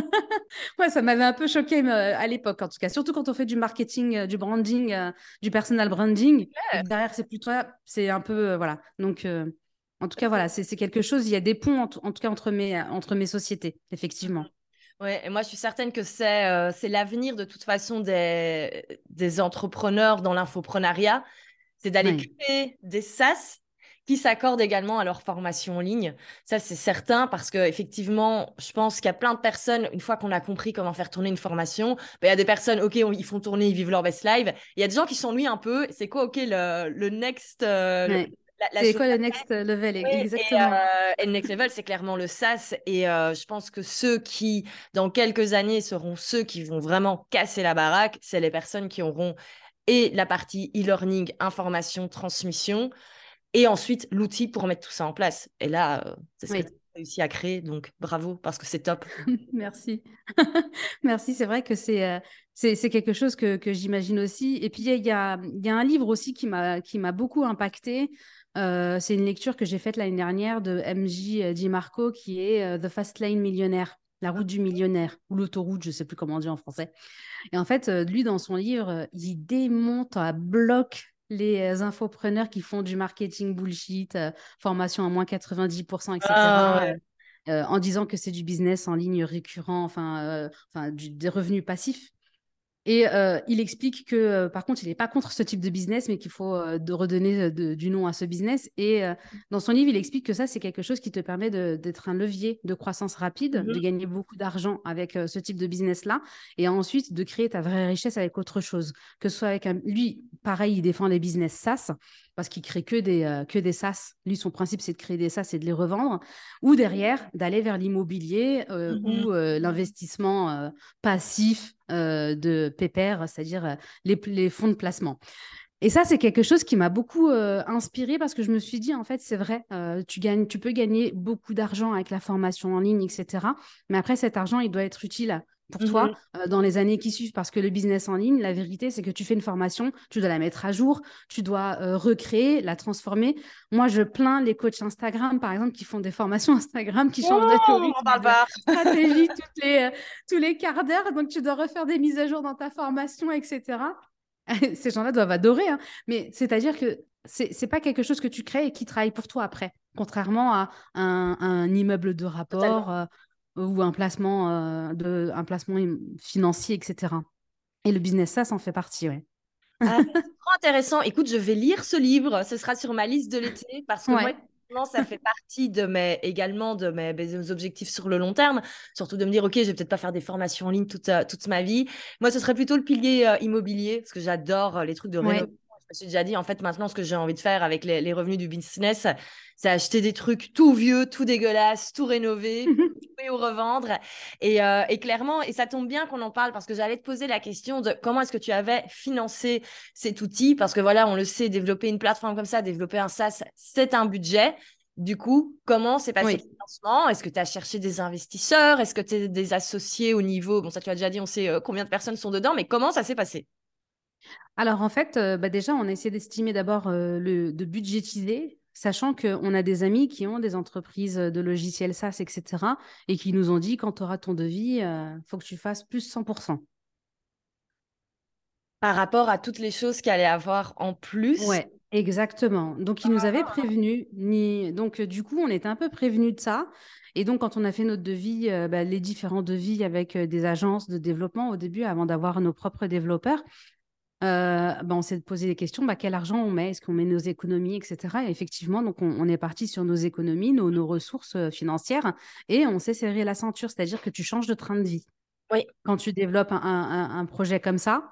Ouais, ça m'avait un peu choqué euh, à l'époque, en tout cas. Surtout quand on fait du marketing, euh, du branding, euh, du personal branding, et que derrière, c'est plus toi, c'est un peu, euh, voilà. Donc, euh, en tout cas, voilà, c'est c'est quelque chose, il y a des ponts, en, tout en tout cas, entre mes, entre mes sociétés, effectivement. Ouais, et moi, je suis certaine que c'est euh, c'est l'avenir de toute façon des, des entrepreneurs dans l'infoprenariat. C'est d'aller Oui. créer des SaaS qui s'accordent également à leur formation en ligne. Ça, c'est certain parce que effectivement, je pense qu'il y a plein de personnes, une fois qu'on a compris comment faire tourner une formation, ben, il y a des personnes, OK, on- ils font tourner, ils vivent leur best life. Il y a des gens qui s'ennuient un peu. C'est quoi, OK, le, le next, euh, le- Ouais. la, la C'est chose. quoi le next level? Oui, et, Exactement. euh, et le next level, c'est clairement le SaaS. Et euh, je pense que ceux qui, dans quelques années, seront ceux qui vont vraiment casser la baraque, c'est les personnes qui auront et la partie e-learning, information, transmission, et ensuite l'outil pour mettre tout ça en place. Et là, euh, c'est ce que Oui. tu as réussi à créer, donc bravo, parce que c'est top. Merci. Merci, c'est vrai que c'est euh, c'est c'est quelque chose que, que j'imagine aussi. Et puis, il y a, il y a, il y a un livre aussi qui m'a qui m'a beaucoup impacté. Euh, c'est une lecture que j'ai faite l'année dernière de M J DiMarco qui est euh, The Fast Lane Millionnaire, la route du millionnaire, ou l'autoroute, je ne sais plus comment on dit en français. Et en fait, euh, lui, dans son livre, euh, il démonte à bloc les euh, infopreneurs qui font du marketing bullshit, euh, formation à moins quatre-vingt-dix pour cent, Ah et cetera, ouais. euh, euh, en disant que c'est du business en ligne récurrent, enfin, euh, enfin du- des revenus passifs. Et euh, il explique que, euh, par contre, il n'est pas contre ce type de business, mais qu'il faut euh, de redonner euh, de- du nom à ce business. Et euh, dans son livre, il explique que ça, c'est quelque chose qui te permet de- d'être un levier de croissance rapide, de Mhm. gagner beaucoup d'argent avec euh, ce type de business-là, et ensuite de créer ta vraie richesse avec autre chose. Que ce soit avec un... Lui, pareil, il défend les business SaaS, parce qu'il crée que des, euh, que des SaaS. Lui, son principe, c'est de créer des SaaS et de les revendre. Ou derrière, d'aller vers l'immobilier euh, Mhm. ou euh, l'investissement euh, passif euh, de pépère, c'est-à-dire euh, les, les fonds de placement. Et ça, c'est quelque chose qui m'a beaucoup euh, inspirée parce que je me suis dit, en fait, c'est vrai, euh, tu gagnes, tu peux gagner beaucoup d'argent avec la formation en ligne, et cetera. Mais après, cet argent, il doit être utile pour toi Mhm. euh, dans les années qui suivent parce que le business en ligne, la vérité, c'est que tu fais une formation, tu dois la mettre à jour, tu dois euh, recréer, la transformer. Moi, je plains les coachs Instagram, par exemple, qui font des formations Instagram qui changent Oh, on m'en d'algorithme et parle de pas. stratégie toutes les, euh, tous les quarts d'heure. Donc, tu dois refaire des mises à jour dans ta formation, et cetera. Ces gens-là doivent adorer, hein. Mais c'est-à-dire que c'est c'est pas quelque chose que tu crées et qui travaille pour toi après, contrairement à un, un immeuble de rapport Totalement. euh, ou un placement, euh, de, un placement im- financier, et cetera. Et le business, ça, ça en fait partie, ouais. Ah, c'est trop intéressant. Écoute, je vais lire ce livre. Ce sera sur ma liste de l'été parce que moi, Ouais. effectivement, ça fait partie de mes, également de mes, mes objectifs sur le long terme. Surtout de me dire, OK, je vais peut-être pas faire des formations en ligne toute, euh, toute ma vie. Moi, ce serait plutôt le pilier euh, immobilier parce que j'adore euh, les trucs de Ouais. rénovation. Je me suis déjà dit, en fait, maintenant, ce que j'ai envie de faire avec les, les revenus du business, c'est acheter des trucs tout vieux, tout dégueulasses, tout rénover, louer ou revendre. Et, euh, et clairement, et ça tombe bien qu'on en parle parce que j'allais te poser la question de comment est-ce que tu avais financé cet outil, parce que voilà, on le sait, développer une plateforme comme ça, développer un SaaS, c'est un budget. Du coup, comment s'est passé le Oui. financement? Est-ce que tu as cherché des investisseurs? Est-ce que tu es des associés au niveau? Bon, ça, tu as déjà dit, on sait euh, combien de personnes sont dedans, mais comment ça s'est passé? Alors, en fait, euh, bah, déjà, on a essayé d'estimer d'abord, euh, le, de budgétiser, sachant qu'on a des amis qui ont des entreprises de logiciels SaaS, et cetera, et qui nous ont dit, quand tu auras ton devis, il faut que tu fasses plus cent pour cent. Par rapport à toutes les choses qu'il allait avoir en plus. Ouais, exactement. Donc, ils nous avaient prévenus. Ni... Donc, euh, du coup, on était un peu prévenus de ça. Et donc, quand on a fait notre devis, euh, bah, les différents devis avec euh, des agences de développement au début, avant d'avoir nos propres développeurs, euh, bah, on s'est posé des questions, bah, quel argent on met? Est-ce qu'on met nos économies, et cetera. Et effectivement, donc, on, on est parti sur nos économies, nos, nos ressources euh, financières, et on s'est serré la ceinture, c'est-à-dire que tu changes de train de vie. Oui. Quand tu développes un, un- un projet comme ça,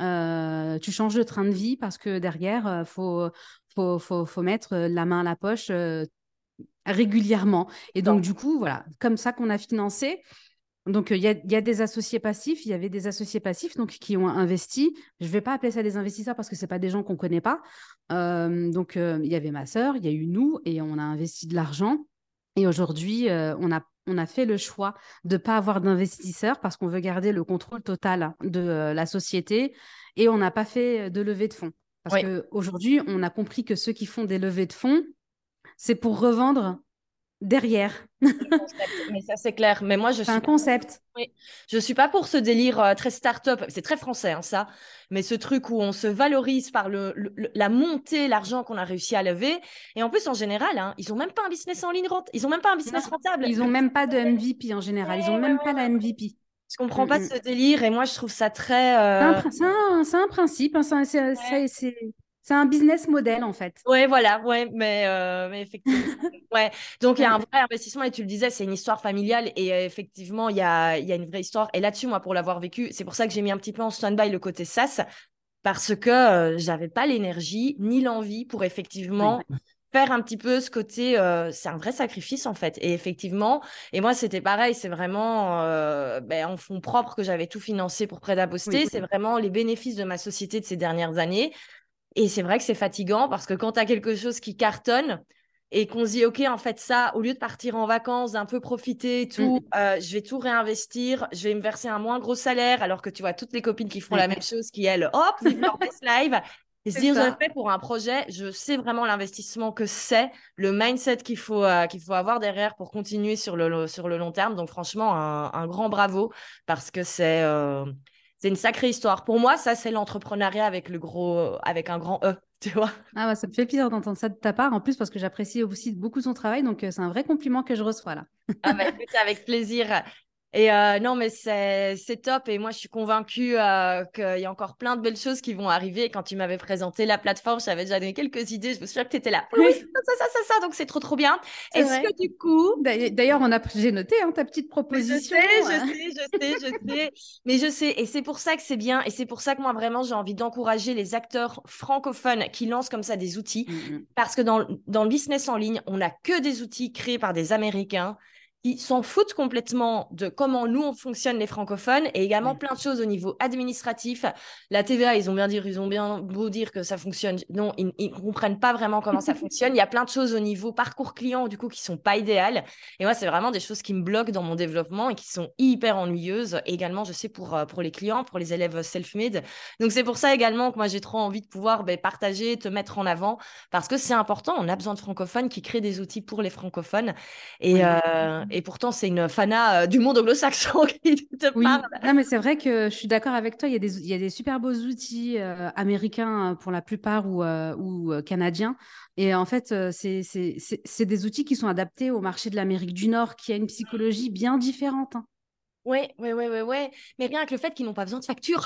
euh, tu changes de train de vie parce que derrière, il faut, faut, faut, faut mettre la main à la poche euh, régulièrement. Et donc, du coup, voilà, comme ça qu'on a financé. Donc, il y a, y a des associés passifs, il y avait des associés passifs donc, qui ont investi. Je ne vais pas appeler ça des investisseurs parce que ce pas des gens qu'on ne connaît pas. Euh, donc, euh, il y avait ma sœur, il y a eu nous et on a investi de l'argent. Et aujourd'hui, euh, on a, on a fait le choix de ne pas avoir d'investisseurs parce qu'on veut garder le contrôle total de euh, la société et on n'a pas fait de levée de fonds. Parce Oui. qu'aujourd'hui, on a compris que ceux qui font des levées de fonds, c'est pour revendre derrière. Concept. Mais ça, c'est clair. Mais moi, je C'est suis un pas... concept. Oui. Je suis pas pour ce délire euh, très start-up. C'est très français, hein, ça. Mais ce truc où on se valorise par le, le- le- la montée, l'argent qu'on a réussi à lever. Et en plus, en général, hein, ils ont même pas un business en ligne rentable. Ils ont même pas un Non, business rentable. ils Le n'ont business- même pas de M V P en général. Ils n'ont Ouais, ouais, même ouais, pas la ouais. M V P. Je comprends pas Mm, mm. ce délire. Et moi, je trouve ça très. C'est un, euh, prin- c'est un- c'est un principe, hein, c'est un, c'est- c'est- c'est- c'est un business model en fait. Ouais, voilà, ouais, mais, euh, mais effectivement. Ouais, donc il y a un vrai investissement et tu le disais, c'est une histoire familiale et euh, effectivement, il y a, il y a une vraie histoire. Et là-dessus, moi, pour l'avoir vécu, c'est pour ça que j'ai mis un petit peu en stand-by le côté SaaS parce que euh, j'avais pas l'énergie ni l'envie pour Ouais. effectivement faire un petit peu ce côté. Euh, c'est un vrai sacrifice en fait. Et effectivement, et moi, c'était pareil, c'est vraiment euh, ben, en fonds propres que j'avais tout financé pour Prêt à Oui. Poster. C'est vraiment les bénéfices de ma société de ces dernières années. Et c'est vrai que c'est fatigant parce que quand tu as quelque chose qui cartonne et qu'on se dit, OK, en fait, ça, au lieu de partir en vacances, d'un peu profiter et Mm. tout, euh, je vais tout réinvestir, je vais me verser un moins gros salaire, alors que tu vois toutes les copines qui font Ouais. la même chose, qui, elles, hop, vivent leur best life. Et se C'est dire, je le ça. fais pour un projet, je sais vraiment l'investissement que c'est, le mindset qu'il faut, euh, qu'il faut avoir derrière pour continuer sur le, sur le long terme. Donc, franchement, un, un grand bravo parce que c'est. euh, c'est une sacrée histoire. Pour moi, ça, c'est l'entrepreneuriat avec le gros, avec un grand E, tu vois. Ah ouais, ça me fait plaisir d'entendre ça de ta part, en plus parce que j'apprécie aussi beaucoup son travail, donc euh, c'est un vrai compliment que je reçois là. Ah bah écoute, avec plaisir. Et euh, non, mais c'est c'est top. Et moi, je suis convaincue euh, qu'il y a encore plein de belles choses qui vont arriver. Et quand tu m'avais présenté la plateforme, j'avais déjà donné quelques idées. Je me souviens que tu étais là. Oui, oui, ça, ça, ça, ça, ça. Donc, c'est trop, trop bien. C'est Est-ce vrai. que du coup, D'ailleurs, d'ailleurs, on a, j'ai noté hein, ta petite mais je proposition. sais, je euh. sais, je sais, je sais. Mais je sais. Et c'est pour ça que c'est bien. Et c'est pour ça que moi, vraiment, j'ai envie d'encourager les acteurs francophones qui lancent comme ça des outils. Mm, mm. Parce que dans, dans le business en ligne, on n'a que des outils créés par des Américains qui s'en foutent complètement de comment nous, on fonctionne les francophones et également Ouais. plein de choses au niveau administratif. La T V A, ils ont bien dire, ils ont bien beau dire que ça fonctionne. Non, ils ne comprennent pas vraiment comment ça fonctionne. Il y a plein de choses au niveau parcours client, du coup, qui sont pas idéales. Et moi, c'est vraiment des choses qui me bloquent dans mon développement et qui sont hyper ennuyeuses. Et également, je sais, pour, euh, pour les clients, pour les élèves self-made. Donc, c'est pour ça également que moi, j'ai trop envie de pouvoir ben, partager, te mettre en avant parce que c'est important. On a besoin de francophones qui créent des outils pour les francophones. Et, Oui. euh, et pourtant, c'est une fana euh, du monde anglo-saxon qui te Oui, parle. non, mais c'est vrai que je suis d'accord avec toi. Il y a des, il y a des super beaux outils euh, américains euh, pour la plupart ou, euh, ou euh, canadiens. Et en fait, euh, c'est, c'est, c'est, c'est des outils qui sont adaptés au marché de l'Amérique du Nord, qui a une psychologie bien différente. Hein. Oui, oui, oui, oui, oui. Mais rien que le fait qu'ils n'ont pas besoin de facture.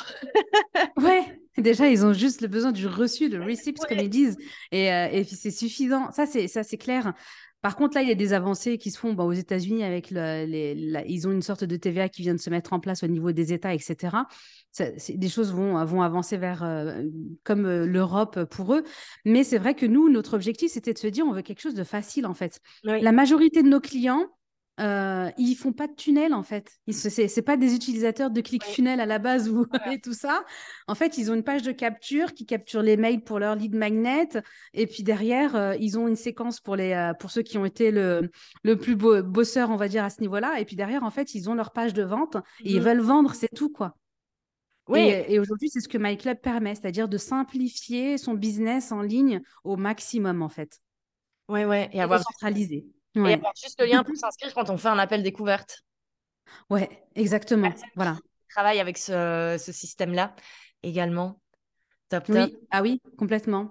Ouais, déjà, ils ont juste le besoin du reçu, le receipt, comme Ouais. ils disent. Et, euh, et puis, c'est suffisant. Ça, c'est, ça, c'est clair. Par contre, là, il y a des avancées qui se font bah, aux États-Unis avec le, les, la- ils ont une sorte de T V A qui vient de se mettre en place au niveau des États, et cetera. Ça, c'est- des choses vont, vont avancer vers euh, comme euh, l'Europe pour eux. Mais c'est vrai que nous, notre objectif, c'était de se dire, on veut quelque chose de facile, en fait. Oui. La majorité de nos clients, euh, ils font pas de tunnel en fait. Ils se, c'est, c'est pas des utilisateurs de ClickFunnels à la base ou Voilà. et tout ça. En fait, ils ont une page de capture qui capture les mails pour leur lead magnet et puis derrière, euh, ils ont une séquence pour les euh, pour ceux qui ont été le le plus beau, bosseur, on va dire à ce niveau-là. Et puis derrière, en fait, ils ont leur page de vente et ils Mhm. veulent vendre, c'est tout quoi. Oui, Et, et aujourd'hui, c'est ce que MyClub permet, c'est-à-dire de simplifier son business en ligne au maximum, en fait, ouais, ouais. Et et de avoir, centraliser. et Ouais, avoir juste le lien pour s'inscrire quand on fait un appel découverte. ouais, exactement. Personne Voilà. qui travaille avec ce, ce système-là également. Top, top. Oui, ah oui, complètement.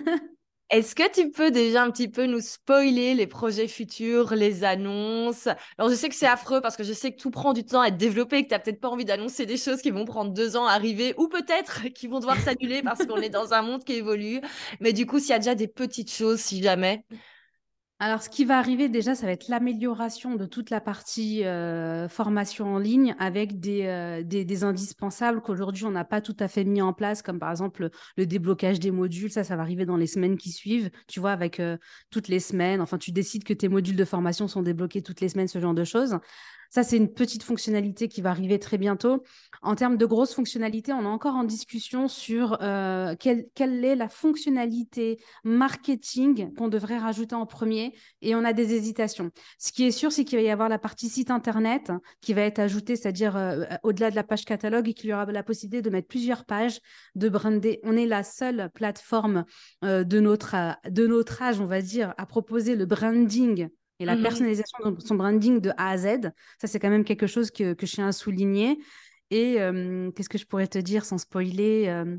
Est-ce que tu peux déjà un petit peu nous spoiler les projets futurs, les annonces? Alors, je sais que c'est affreux parce que je sais que tout prend du temps à être développé, et que tu n'as peut-être pas envie d'annoncer des choses qui vont prendre deux ans à arriver ou peut-être qui vont devoir s'annuler parce qu'on est dans un monde qui évolue. Mais du coup, s'il y a déjà des petites choses, si jamais. Alors, ce qui va arriver déjà, ça va être l'amélioration de toute la partie euh, formation en ligne avec des, euh, des, des indispensables qu'aujourd'hui, on n'a pas tout à fait mis en place, comme par exemple le, le déblocage des modules. Ça, ça va arriver dans les semaines qui suivent, tu vois, avec euh, toutes les semaines. Enfin, tu décides que tes modules de formation sont débloqués toutes les semaines, ce genre de choses. Ça, c'est une petite fonctionnalité qui va arriver très bientôt. En termes de grosses fonctionnalités, on est encore en discussion sur euh, quelle, quelle est la fonctionnalité marketing qu'on devrait rajouter en premier, et on a des hésitations. Ce qui est sûr, c'est qu'il va y avoir la partie site internet qui va être ajoutée, c'est-à-dire euh, au-delà de la page catalogue, et qu'il y aura la possibilité de mettre plusieurs pages, de brander. On est la seule plateforme euh, de, notre, euh, de notre âge, on va dire, à proposer le branding et la Mhm. personnalisation de son branding de A à Z. Ça, c'est quand même quelque chose que, que je tiens à souligner. Et euh, qu'est-ce que je pourrais te dire sans spoiler? euh,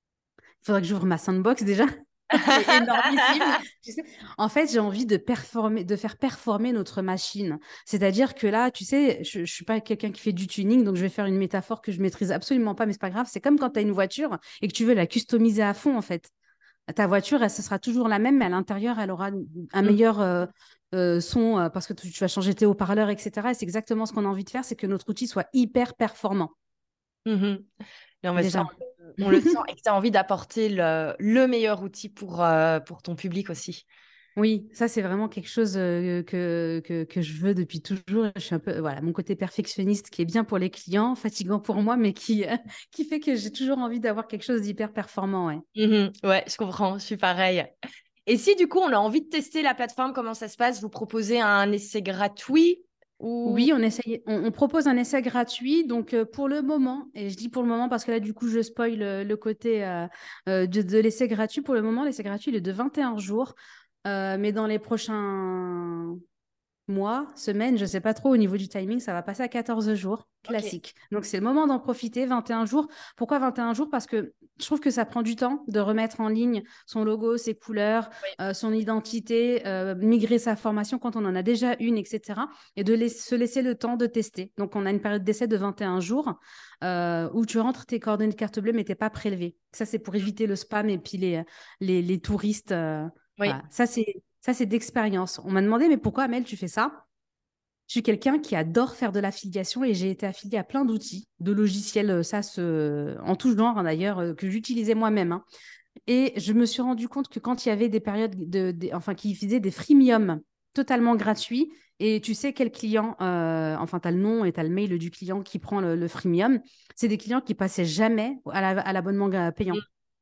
Il faudrait que j'ouvre ma sandbox déjà. C'est énormissime. Tu sais, en fait, j'ai envie de performer, de faire performer notre machine. C'est-à-dire que là, tu sais, je, ne suis pas quelqu'un qui fait du tuning, donc je vais faire une métaphore que je maîtrise absolument pas, mais c'est pas grave. C'est comme quand tu as une voiture et que tu veux la customiser à fond, en fait. Ta voiture, elle, ce sera toujours la même, mais à l'intérieur, elle aura un Mhm. meilleur euh, euh, son euh, parce que tu, tu vas changer tes haut-parleurs, et cetera. Et c'est exactement ce qu'on a envie de faire, c'est que notre outil soit hyper performant. Mhm. Non, mais ça, Déjà. on, le on le sent et que tu as envie d'apporter le, le meilleur outil pour, euh, pour ton public aussi. Oui, ça c'est vraiment quelque chose euh, que, que, que je veux depuis toujours. Je suis un peu, voilà, mon côté perfectionniste qui est bien pour les clients, fatigant pour moi, mais qui, euh, qui fait que j'ai toujours envie d'avoir quelque chose d'hyper performant. Ouais. Mhm. Ouais, je comprends, je suis pareil. Et si du coup on a envie de tester la plateforme, comment ça se passe? Vous proposez un essai gratuit ou... Oui, on, essaye, on, on propose un essai gratuit. Donc, euh, pour le moment, et je dis pour le moment parce que là, du coup, je spoil le, le côté euh, euh, de, de l'essai gratuit. Pour le moment, l'essai gratuit, il est de vingt et un jours. Euh, mais dans les prochains mois, semaines, je ne sais pas trop au niveau du timing, ça va passer à quatorze jours, Ok. classique. Donc, c'est le moment d'en profiter, vingt et un jours. Pourquoi vingt et un jours? Parce que je trouve que ça prend du temps de remettre en ligne son logo, ses couleurs, Oui. euh, son identité, euh, migrer sa formation quand on en a déjà une, et cetera. Et de laisser, se laisser le temps de tester. Donc, on a une période d'essai de vingt et un jours euh, où tu rentres tes coordonnées de carte bleue, mais tu n'es pas prélevé. Ça, c'est pour éviter le spam et puis les, les, les touristes. Euh, Oui. voilà. Ça, c'est ça, c'est d'expérience. On m'a demandé, mais pourquoi, Amel, tu fais ça? Je suis quelqu'un qui adore faire de l'affiliation et j'ai été affiliée à plein d'outils, de logiciels, euh, ça, se... en tout genre hein, d'ailleurs, euh, que j'utilisais moi-même. Hein. Et je me suis rendu compte que quand il y avait des périodes, de, de- enfin, qui faisaient des freemium totalement gratuits, et tu sais quel client, euh, enfin, tu as le nom et tu as le mail du client qui prend le, le freemium, c'est des clients qui passaient jamais à la- à l'abonnement payant.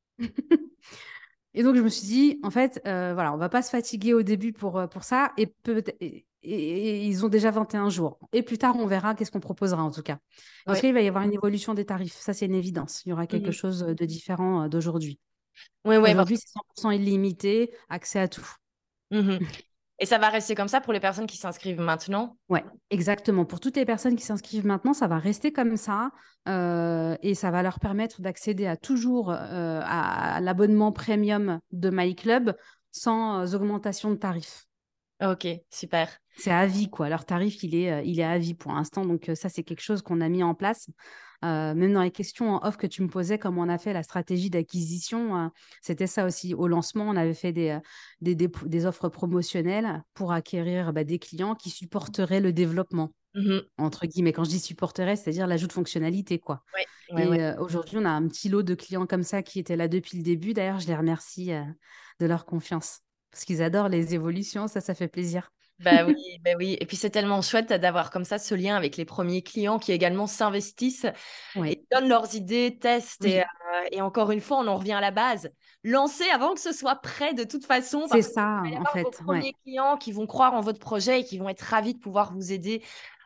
Et donc, je me suis dit, en fait, euh, voilà, on va pas se fatiguer au début pour, euh, pour ça. Et, peut et, et- et ils ont déjà vingt et un jours. Et plus tard, on verra qu'est-ce qu'on proposera, en tout cas. En tout Oui. cas, il va y avoir une évolution des tarifs. Ça, c'est une évidence. Il y aura quelque Mhm. chose de différent euh, d'aujourd'hui. Oui, oui, parce Aujourd'hui, c'est cent pour cent illimité, accès à tout. Mhm. Et ça va rester comme ça pour les personnes qui s'inscrivent maintenant? Ouais, exactement. Pour toutes les personnes qui s'inscrivent maintenant, ça va rester comme ça euh, et ça va leur permettre d'accéder à toujours euh, à, à l'abonnement premium de MyClub sans euh, augmentation de tarifs. Ok, super. C'est à vie, quoi. Leur tarif, il est, euh, il est à vie pour l'instant. Donc, euh, ça, c'est quelque chose qu'on a mis en place. Euh, même dans les questions en off que tu me posais, comme on a fait la stratégie d'acquisition, euh, c'était ça aussi. Au lancement, on avait fait des, euh, des, des, des offres promotionnelles pour acquérir bah, des clients qui supporteraient le développement, Mhm. entre guillemets. Quand je dis supporterait, c'est-à-dire l'ajout de fonctionnalités, quoi. Ouais, ouais, ouais. Et euh, aujourd'hui, on a un petit lot de clients comme ça qui étaient là depuis le début. D'ailleurs, je les remercie euh, de leur confiance parce qu'ils adorent les évolutions. Ça, ça fait plaisir. Bah oui, bah oui. Et puis c'est tellement chouette d'avoir comme ça ce lien avec les premiers clients qui également s'investissent Ouais. et donnent leurs idées, testent. Et, Oui. euh, et encore une fois, on en revient à la base. Lancez avant que ce soit prêt de toute façon, C'est parce qu'il ça, va y en avoir vos fait. Ouais. premiers clients qui vont croire en votre projet et qui vont être ravis de pouvoir vous aider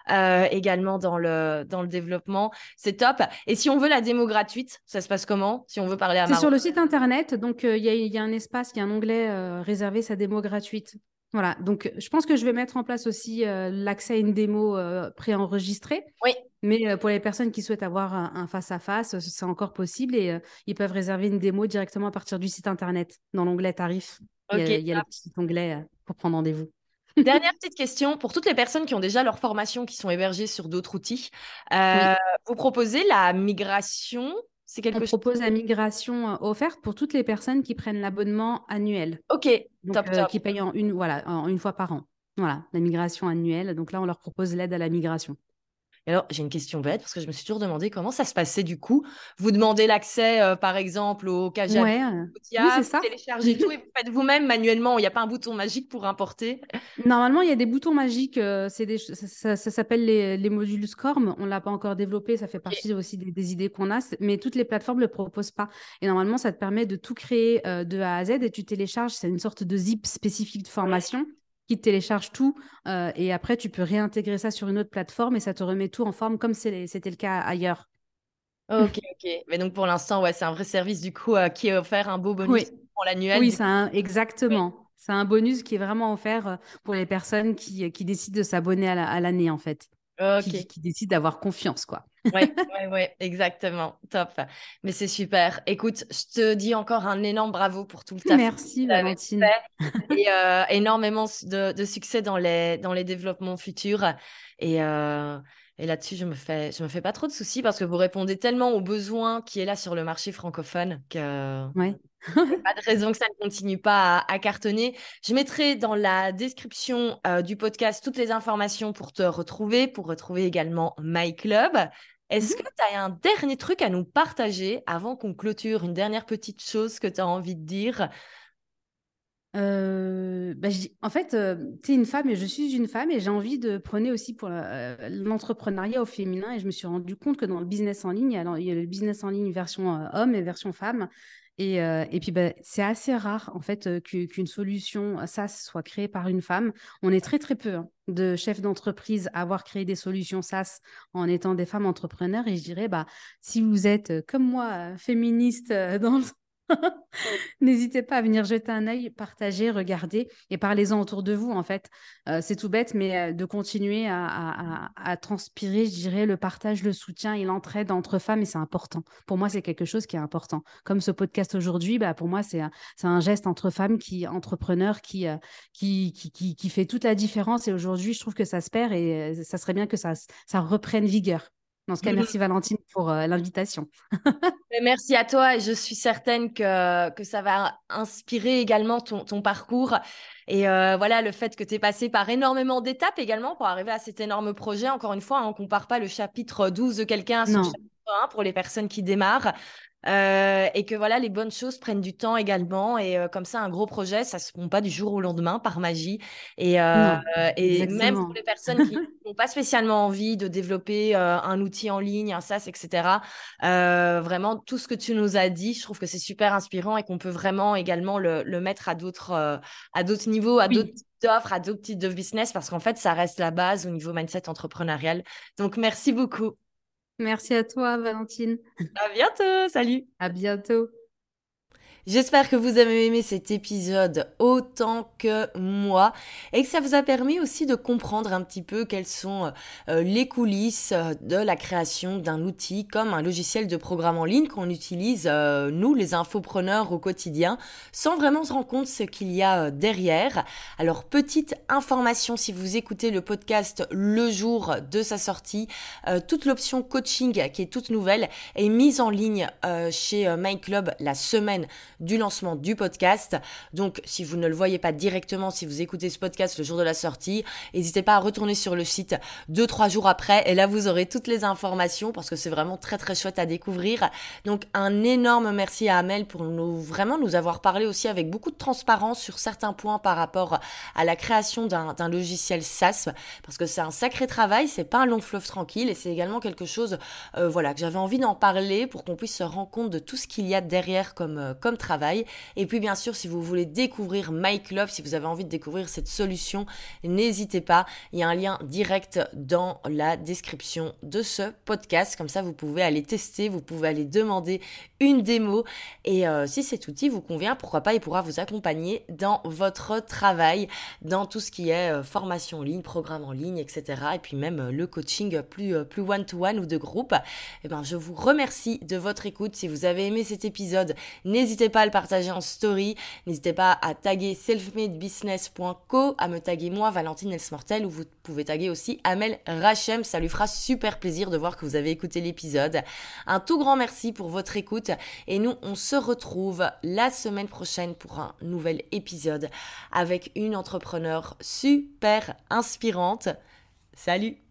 euh, également dans le, dans le développement. C'est top. Et si on veut la démo gratuite, ça se passe comment? Si on veut parler à C'est Maron. sur le site internet, donc il euh, y, y a un espace, il y a un onglet euh, réservé sa démo gratuite. Voilà, donc je pense que je vais mettre en place aussi euh, l'accès à une démo euh, préenregistrée. Oui. Mais euh, pour les personnes qui souhaitent avoir un, un face-à-face, c'est encore possible et euh, ils peuvent réserver une démo directement à partir du site internet, dans l'onglet tarifs. Il Ok, y a, il y a le top. petit onglet euh, pour prendre rendez-vous. Dernière petite question pour toutes les personnes qui ont déjà leur formation, qui sont hébergées sur d'autres outils. Euh, Oui. Vous proposez la migration? C'est On quelque chose. propose la migration euh, offerte pour toutes les personnes qui prennent l'abonnement annuel. Ok, Donc, top, euh, top. qui payent en une, voilà, en une fois par an. Voilà, la migration annuelle. Donc là, on leur propose l'aide à la migration. Et alors, j'ai une question bête parce que je me suis toujours demandé comment ça se passait du coup. Vous demandez l'accès, euh, par exemple, au Kajabi, Ouais, euh, au oui, Tia, c'est vous ça. téléchargez tout et vous faites vous-même manuellement. Il n'y a pas un bouton magique pour importer. Normalement, il y a des boutons magiques. euh, c'est des, ça, ça- ça s'appelle les, les modules SCORM. On ne l'a pas encore développé. Ça fait Ok. partie aussi des, des idées qu'on a. c'est- Mais toutes les plateformes ne le proposent pas. Et normalement, ça te permet de tout créer euh, de A à Z et tu télécharges. C'est une sorte de zip spécifique de formation qui te télécharge tout. euh, et après, tu peux réintégrer ça sur une autre plateforme et ça te remet tout en forme comme c'est- c'était le cas ailleurs. Ok, ok. Mais donc pour l'instant, ouais, c'est un vrai service du coup euh, qui est offert, un beau bonus Oui, pour l'annuel. oui, Du c'est coup. un- Oui. exactement. C'est un bonus qui est vraiment offert euh, pour les personnes qui, qui décident de s'abonner à la- à l'année, en fait. Qui, Ok. qui, qui décident d'avoir confiance, quoi. Ouais, ouais, ouais, exactement. Top. Mais c'est super. Écoute, je te dis encore un énorme bravo pour tout le taf que Merci, tu avais Valentine. fait et euh, énormément de, de succès dans les, dans les développements futurs. Et, euh, et là-dessus, je me fais, je me fais pas trop de soucis parce que vous répondez tellement aux besoins qui est là sur le marché francophone que Ouais. pas de raison que ça ne continue pas à, à cartonner. Je mettrai dans la description euh, du podcast toutes les informations pour te retrouver, pour retrouver également My Club. Est-ce que Mhm. tu as un dernier truc à nous partager avant qu'on clôture, une dernière petite chose que tu as envie de dire? Euh, bah, je dis- en fait, tu es une femme et je suis une femme et j'ai envie de prôner aussi pour la- euh, l'entrepreneuriat au féminin et je me suis rendu compte que dans le business en ligne, alors, il y a le business en ligne version euh, homme et version femme. Et, euh, et puis, bah, c'est assez rare en fait euh, qu'u- qu'une solution SaaS soit créée par une femme. On est très, très peu hein, de chefs d'entreprise à avoir créé des solutions SaaS en étant des femmes entrepreneurs. Et je dirais, bah, si vous êtes euh, comme moi, euh, féministe euh, dans le n'hésitez pas à venir jeter un œil, partager, regarder et parlez-en autour de vous, en fait. Euh, c'est tout bête, mais euh, de continuer à, à- à- à transpirer, je dirais, le partage, le soutien et l'entraide entre femmes, et c'est important. Pour moi, c'est quelque chose qui est important. Comme ce podcast aujourd'hui, bah, pour moi, c'est un, c'est un geste entre femmes, qui, entrepreneurs, qui, euh, qui, qui, qui, qui fait toute la différence. Et aujourd'hui, je trouve que ça se perd et euh, ça serait bien que ça, ça reprenne vigueur. Dans ce cas, merci Valentine pour euh, l'invitation. Mais merci à toi et je suis certaine que, que ça va inspirer également ton, ton parcours. Et euh, voilà, le fait que tu es passé par énormément d'étapes également pour arriver à cet énorme projet. Encore une fois, hein, on ne compare pas le chapitre douze de quelqu'un à son Non, chapitre un pour les personnes qui démarrent. Euh, et que voilà, les bonnes choses prennent du temps également. Et euh, comme ça, un gros projet, ça ne se font pas du jour au lendemain par magie. Et, euh, non, et même pour exactement. les personnes qui n'ont pas spécialement envie de développer euh, un outil en ligne, un SaaS, et cetera, euh, vraiment, tout ce que tu nous as dit, je trouve que c'est super inspirant et qu'on peut vraiment également le, le mettre à d'autres euh, à d'autres niveaux, à d'autres Oui. types d'offres, à d'autres types de business, parce qu'en fait, ça reste la base au niveau mindset entrepreneurial. Donc, merci beaucoup. Merci à toi, Valentine. À bientôt. Salut. À bientôt. J'espère que vous avez aimé cet épisode autant que moi et que ça vous a permis aussi de comprendre un petit peu quelles sont euh, les coulisses de la création d'un outil comme un logiciel de programme en ligne qu'on utilise, euh, nous les infopreneurs au quotidien, sans vraiment se rendre compte ce qu'il y a euh, derrière. Alors petite information, si vous écoutez le podcast le jour de sa sortie, euh, toute l'option coaching qui est toute nouvelle est mise en ligne euh, chez euh, My Club la semaine du lancement du podcast. Donc, si vous ne le voyez pas directement, si vous écoutez ce podcast le jour de la sortie, n'hésitez pas à retourner sur le site deux, trois jours après et là, vous aurez toutes les informations parce que c'est vraiment très, très chouette à découvrir. Donc, un énorme merci à Amel pour nous, vraiment nous avoir parlé aussi avec beaucoup de transparence sur certains points par rapport à la création d'un, d'un logiciel SaaS parce que c'est un sacré travail, c'est pas un long fleuve tranquille et c'est également quelque chose, euh, voilà, que j'avais envie d'en parler pour qu'on puisse se rendre compte de tout ce qu'il y a derrière comme, euh, comme travail. travail. Et puis bien sûr, si vous voulez découvrir MyClub, si vous avez envie de découvrir cette solution, n'hésitez pas. Il y a un lien direct dans la description de ce podcast. Comme ça, vous pouvez aller tester, vous pouvez aller demander une démo. Et euh, si cet outil vous convient, pourquoi pas, il pourra vous accompagner dans votre travail, dans tout ce qui est euh, formation en ligne, programme en ligne, et cetera. Et puis même euh, le coaching plus, euh, plus one-to-one ou de groupe. Et ben, je vous remercie de votre écoute. Si vous avez aimé cet épisode, n'hésitez pas à le partager en story. N'hésitez pas à taguer selfmade business point co, à me taguer moi, Valentine Elsmortel, ou vous pouvez taguer aussi Amel Rachem. Ça lui fera super plaisir de voir que vous avez écouté l'épisode. Un tout grand merci pour votre écoute. Et nous, on se retrouve la semaine prochaine pour un nouvel épisode avec une entrepreneure super inspirante. Salut!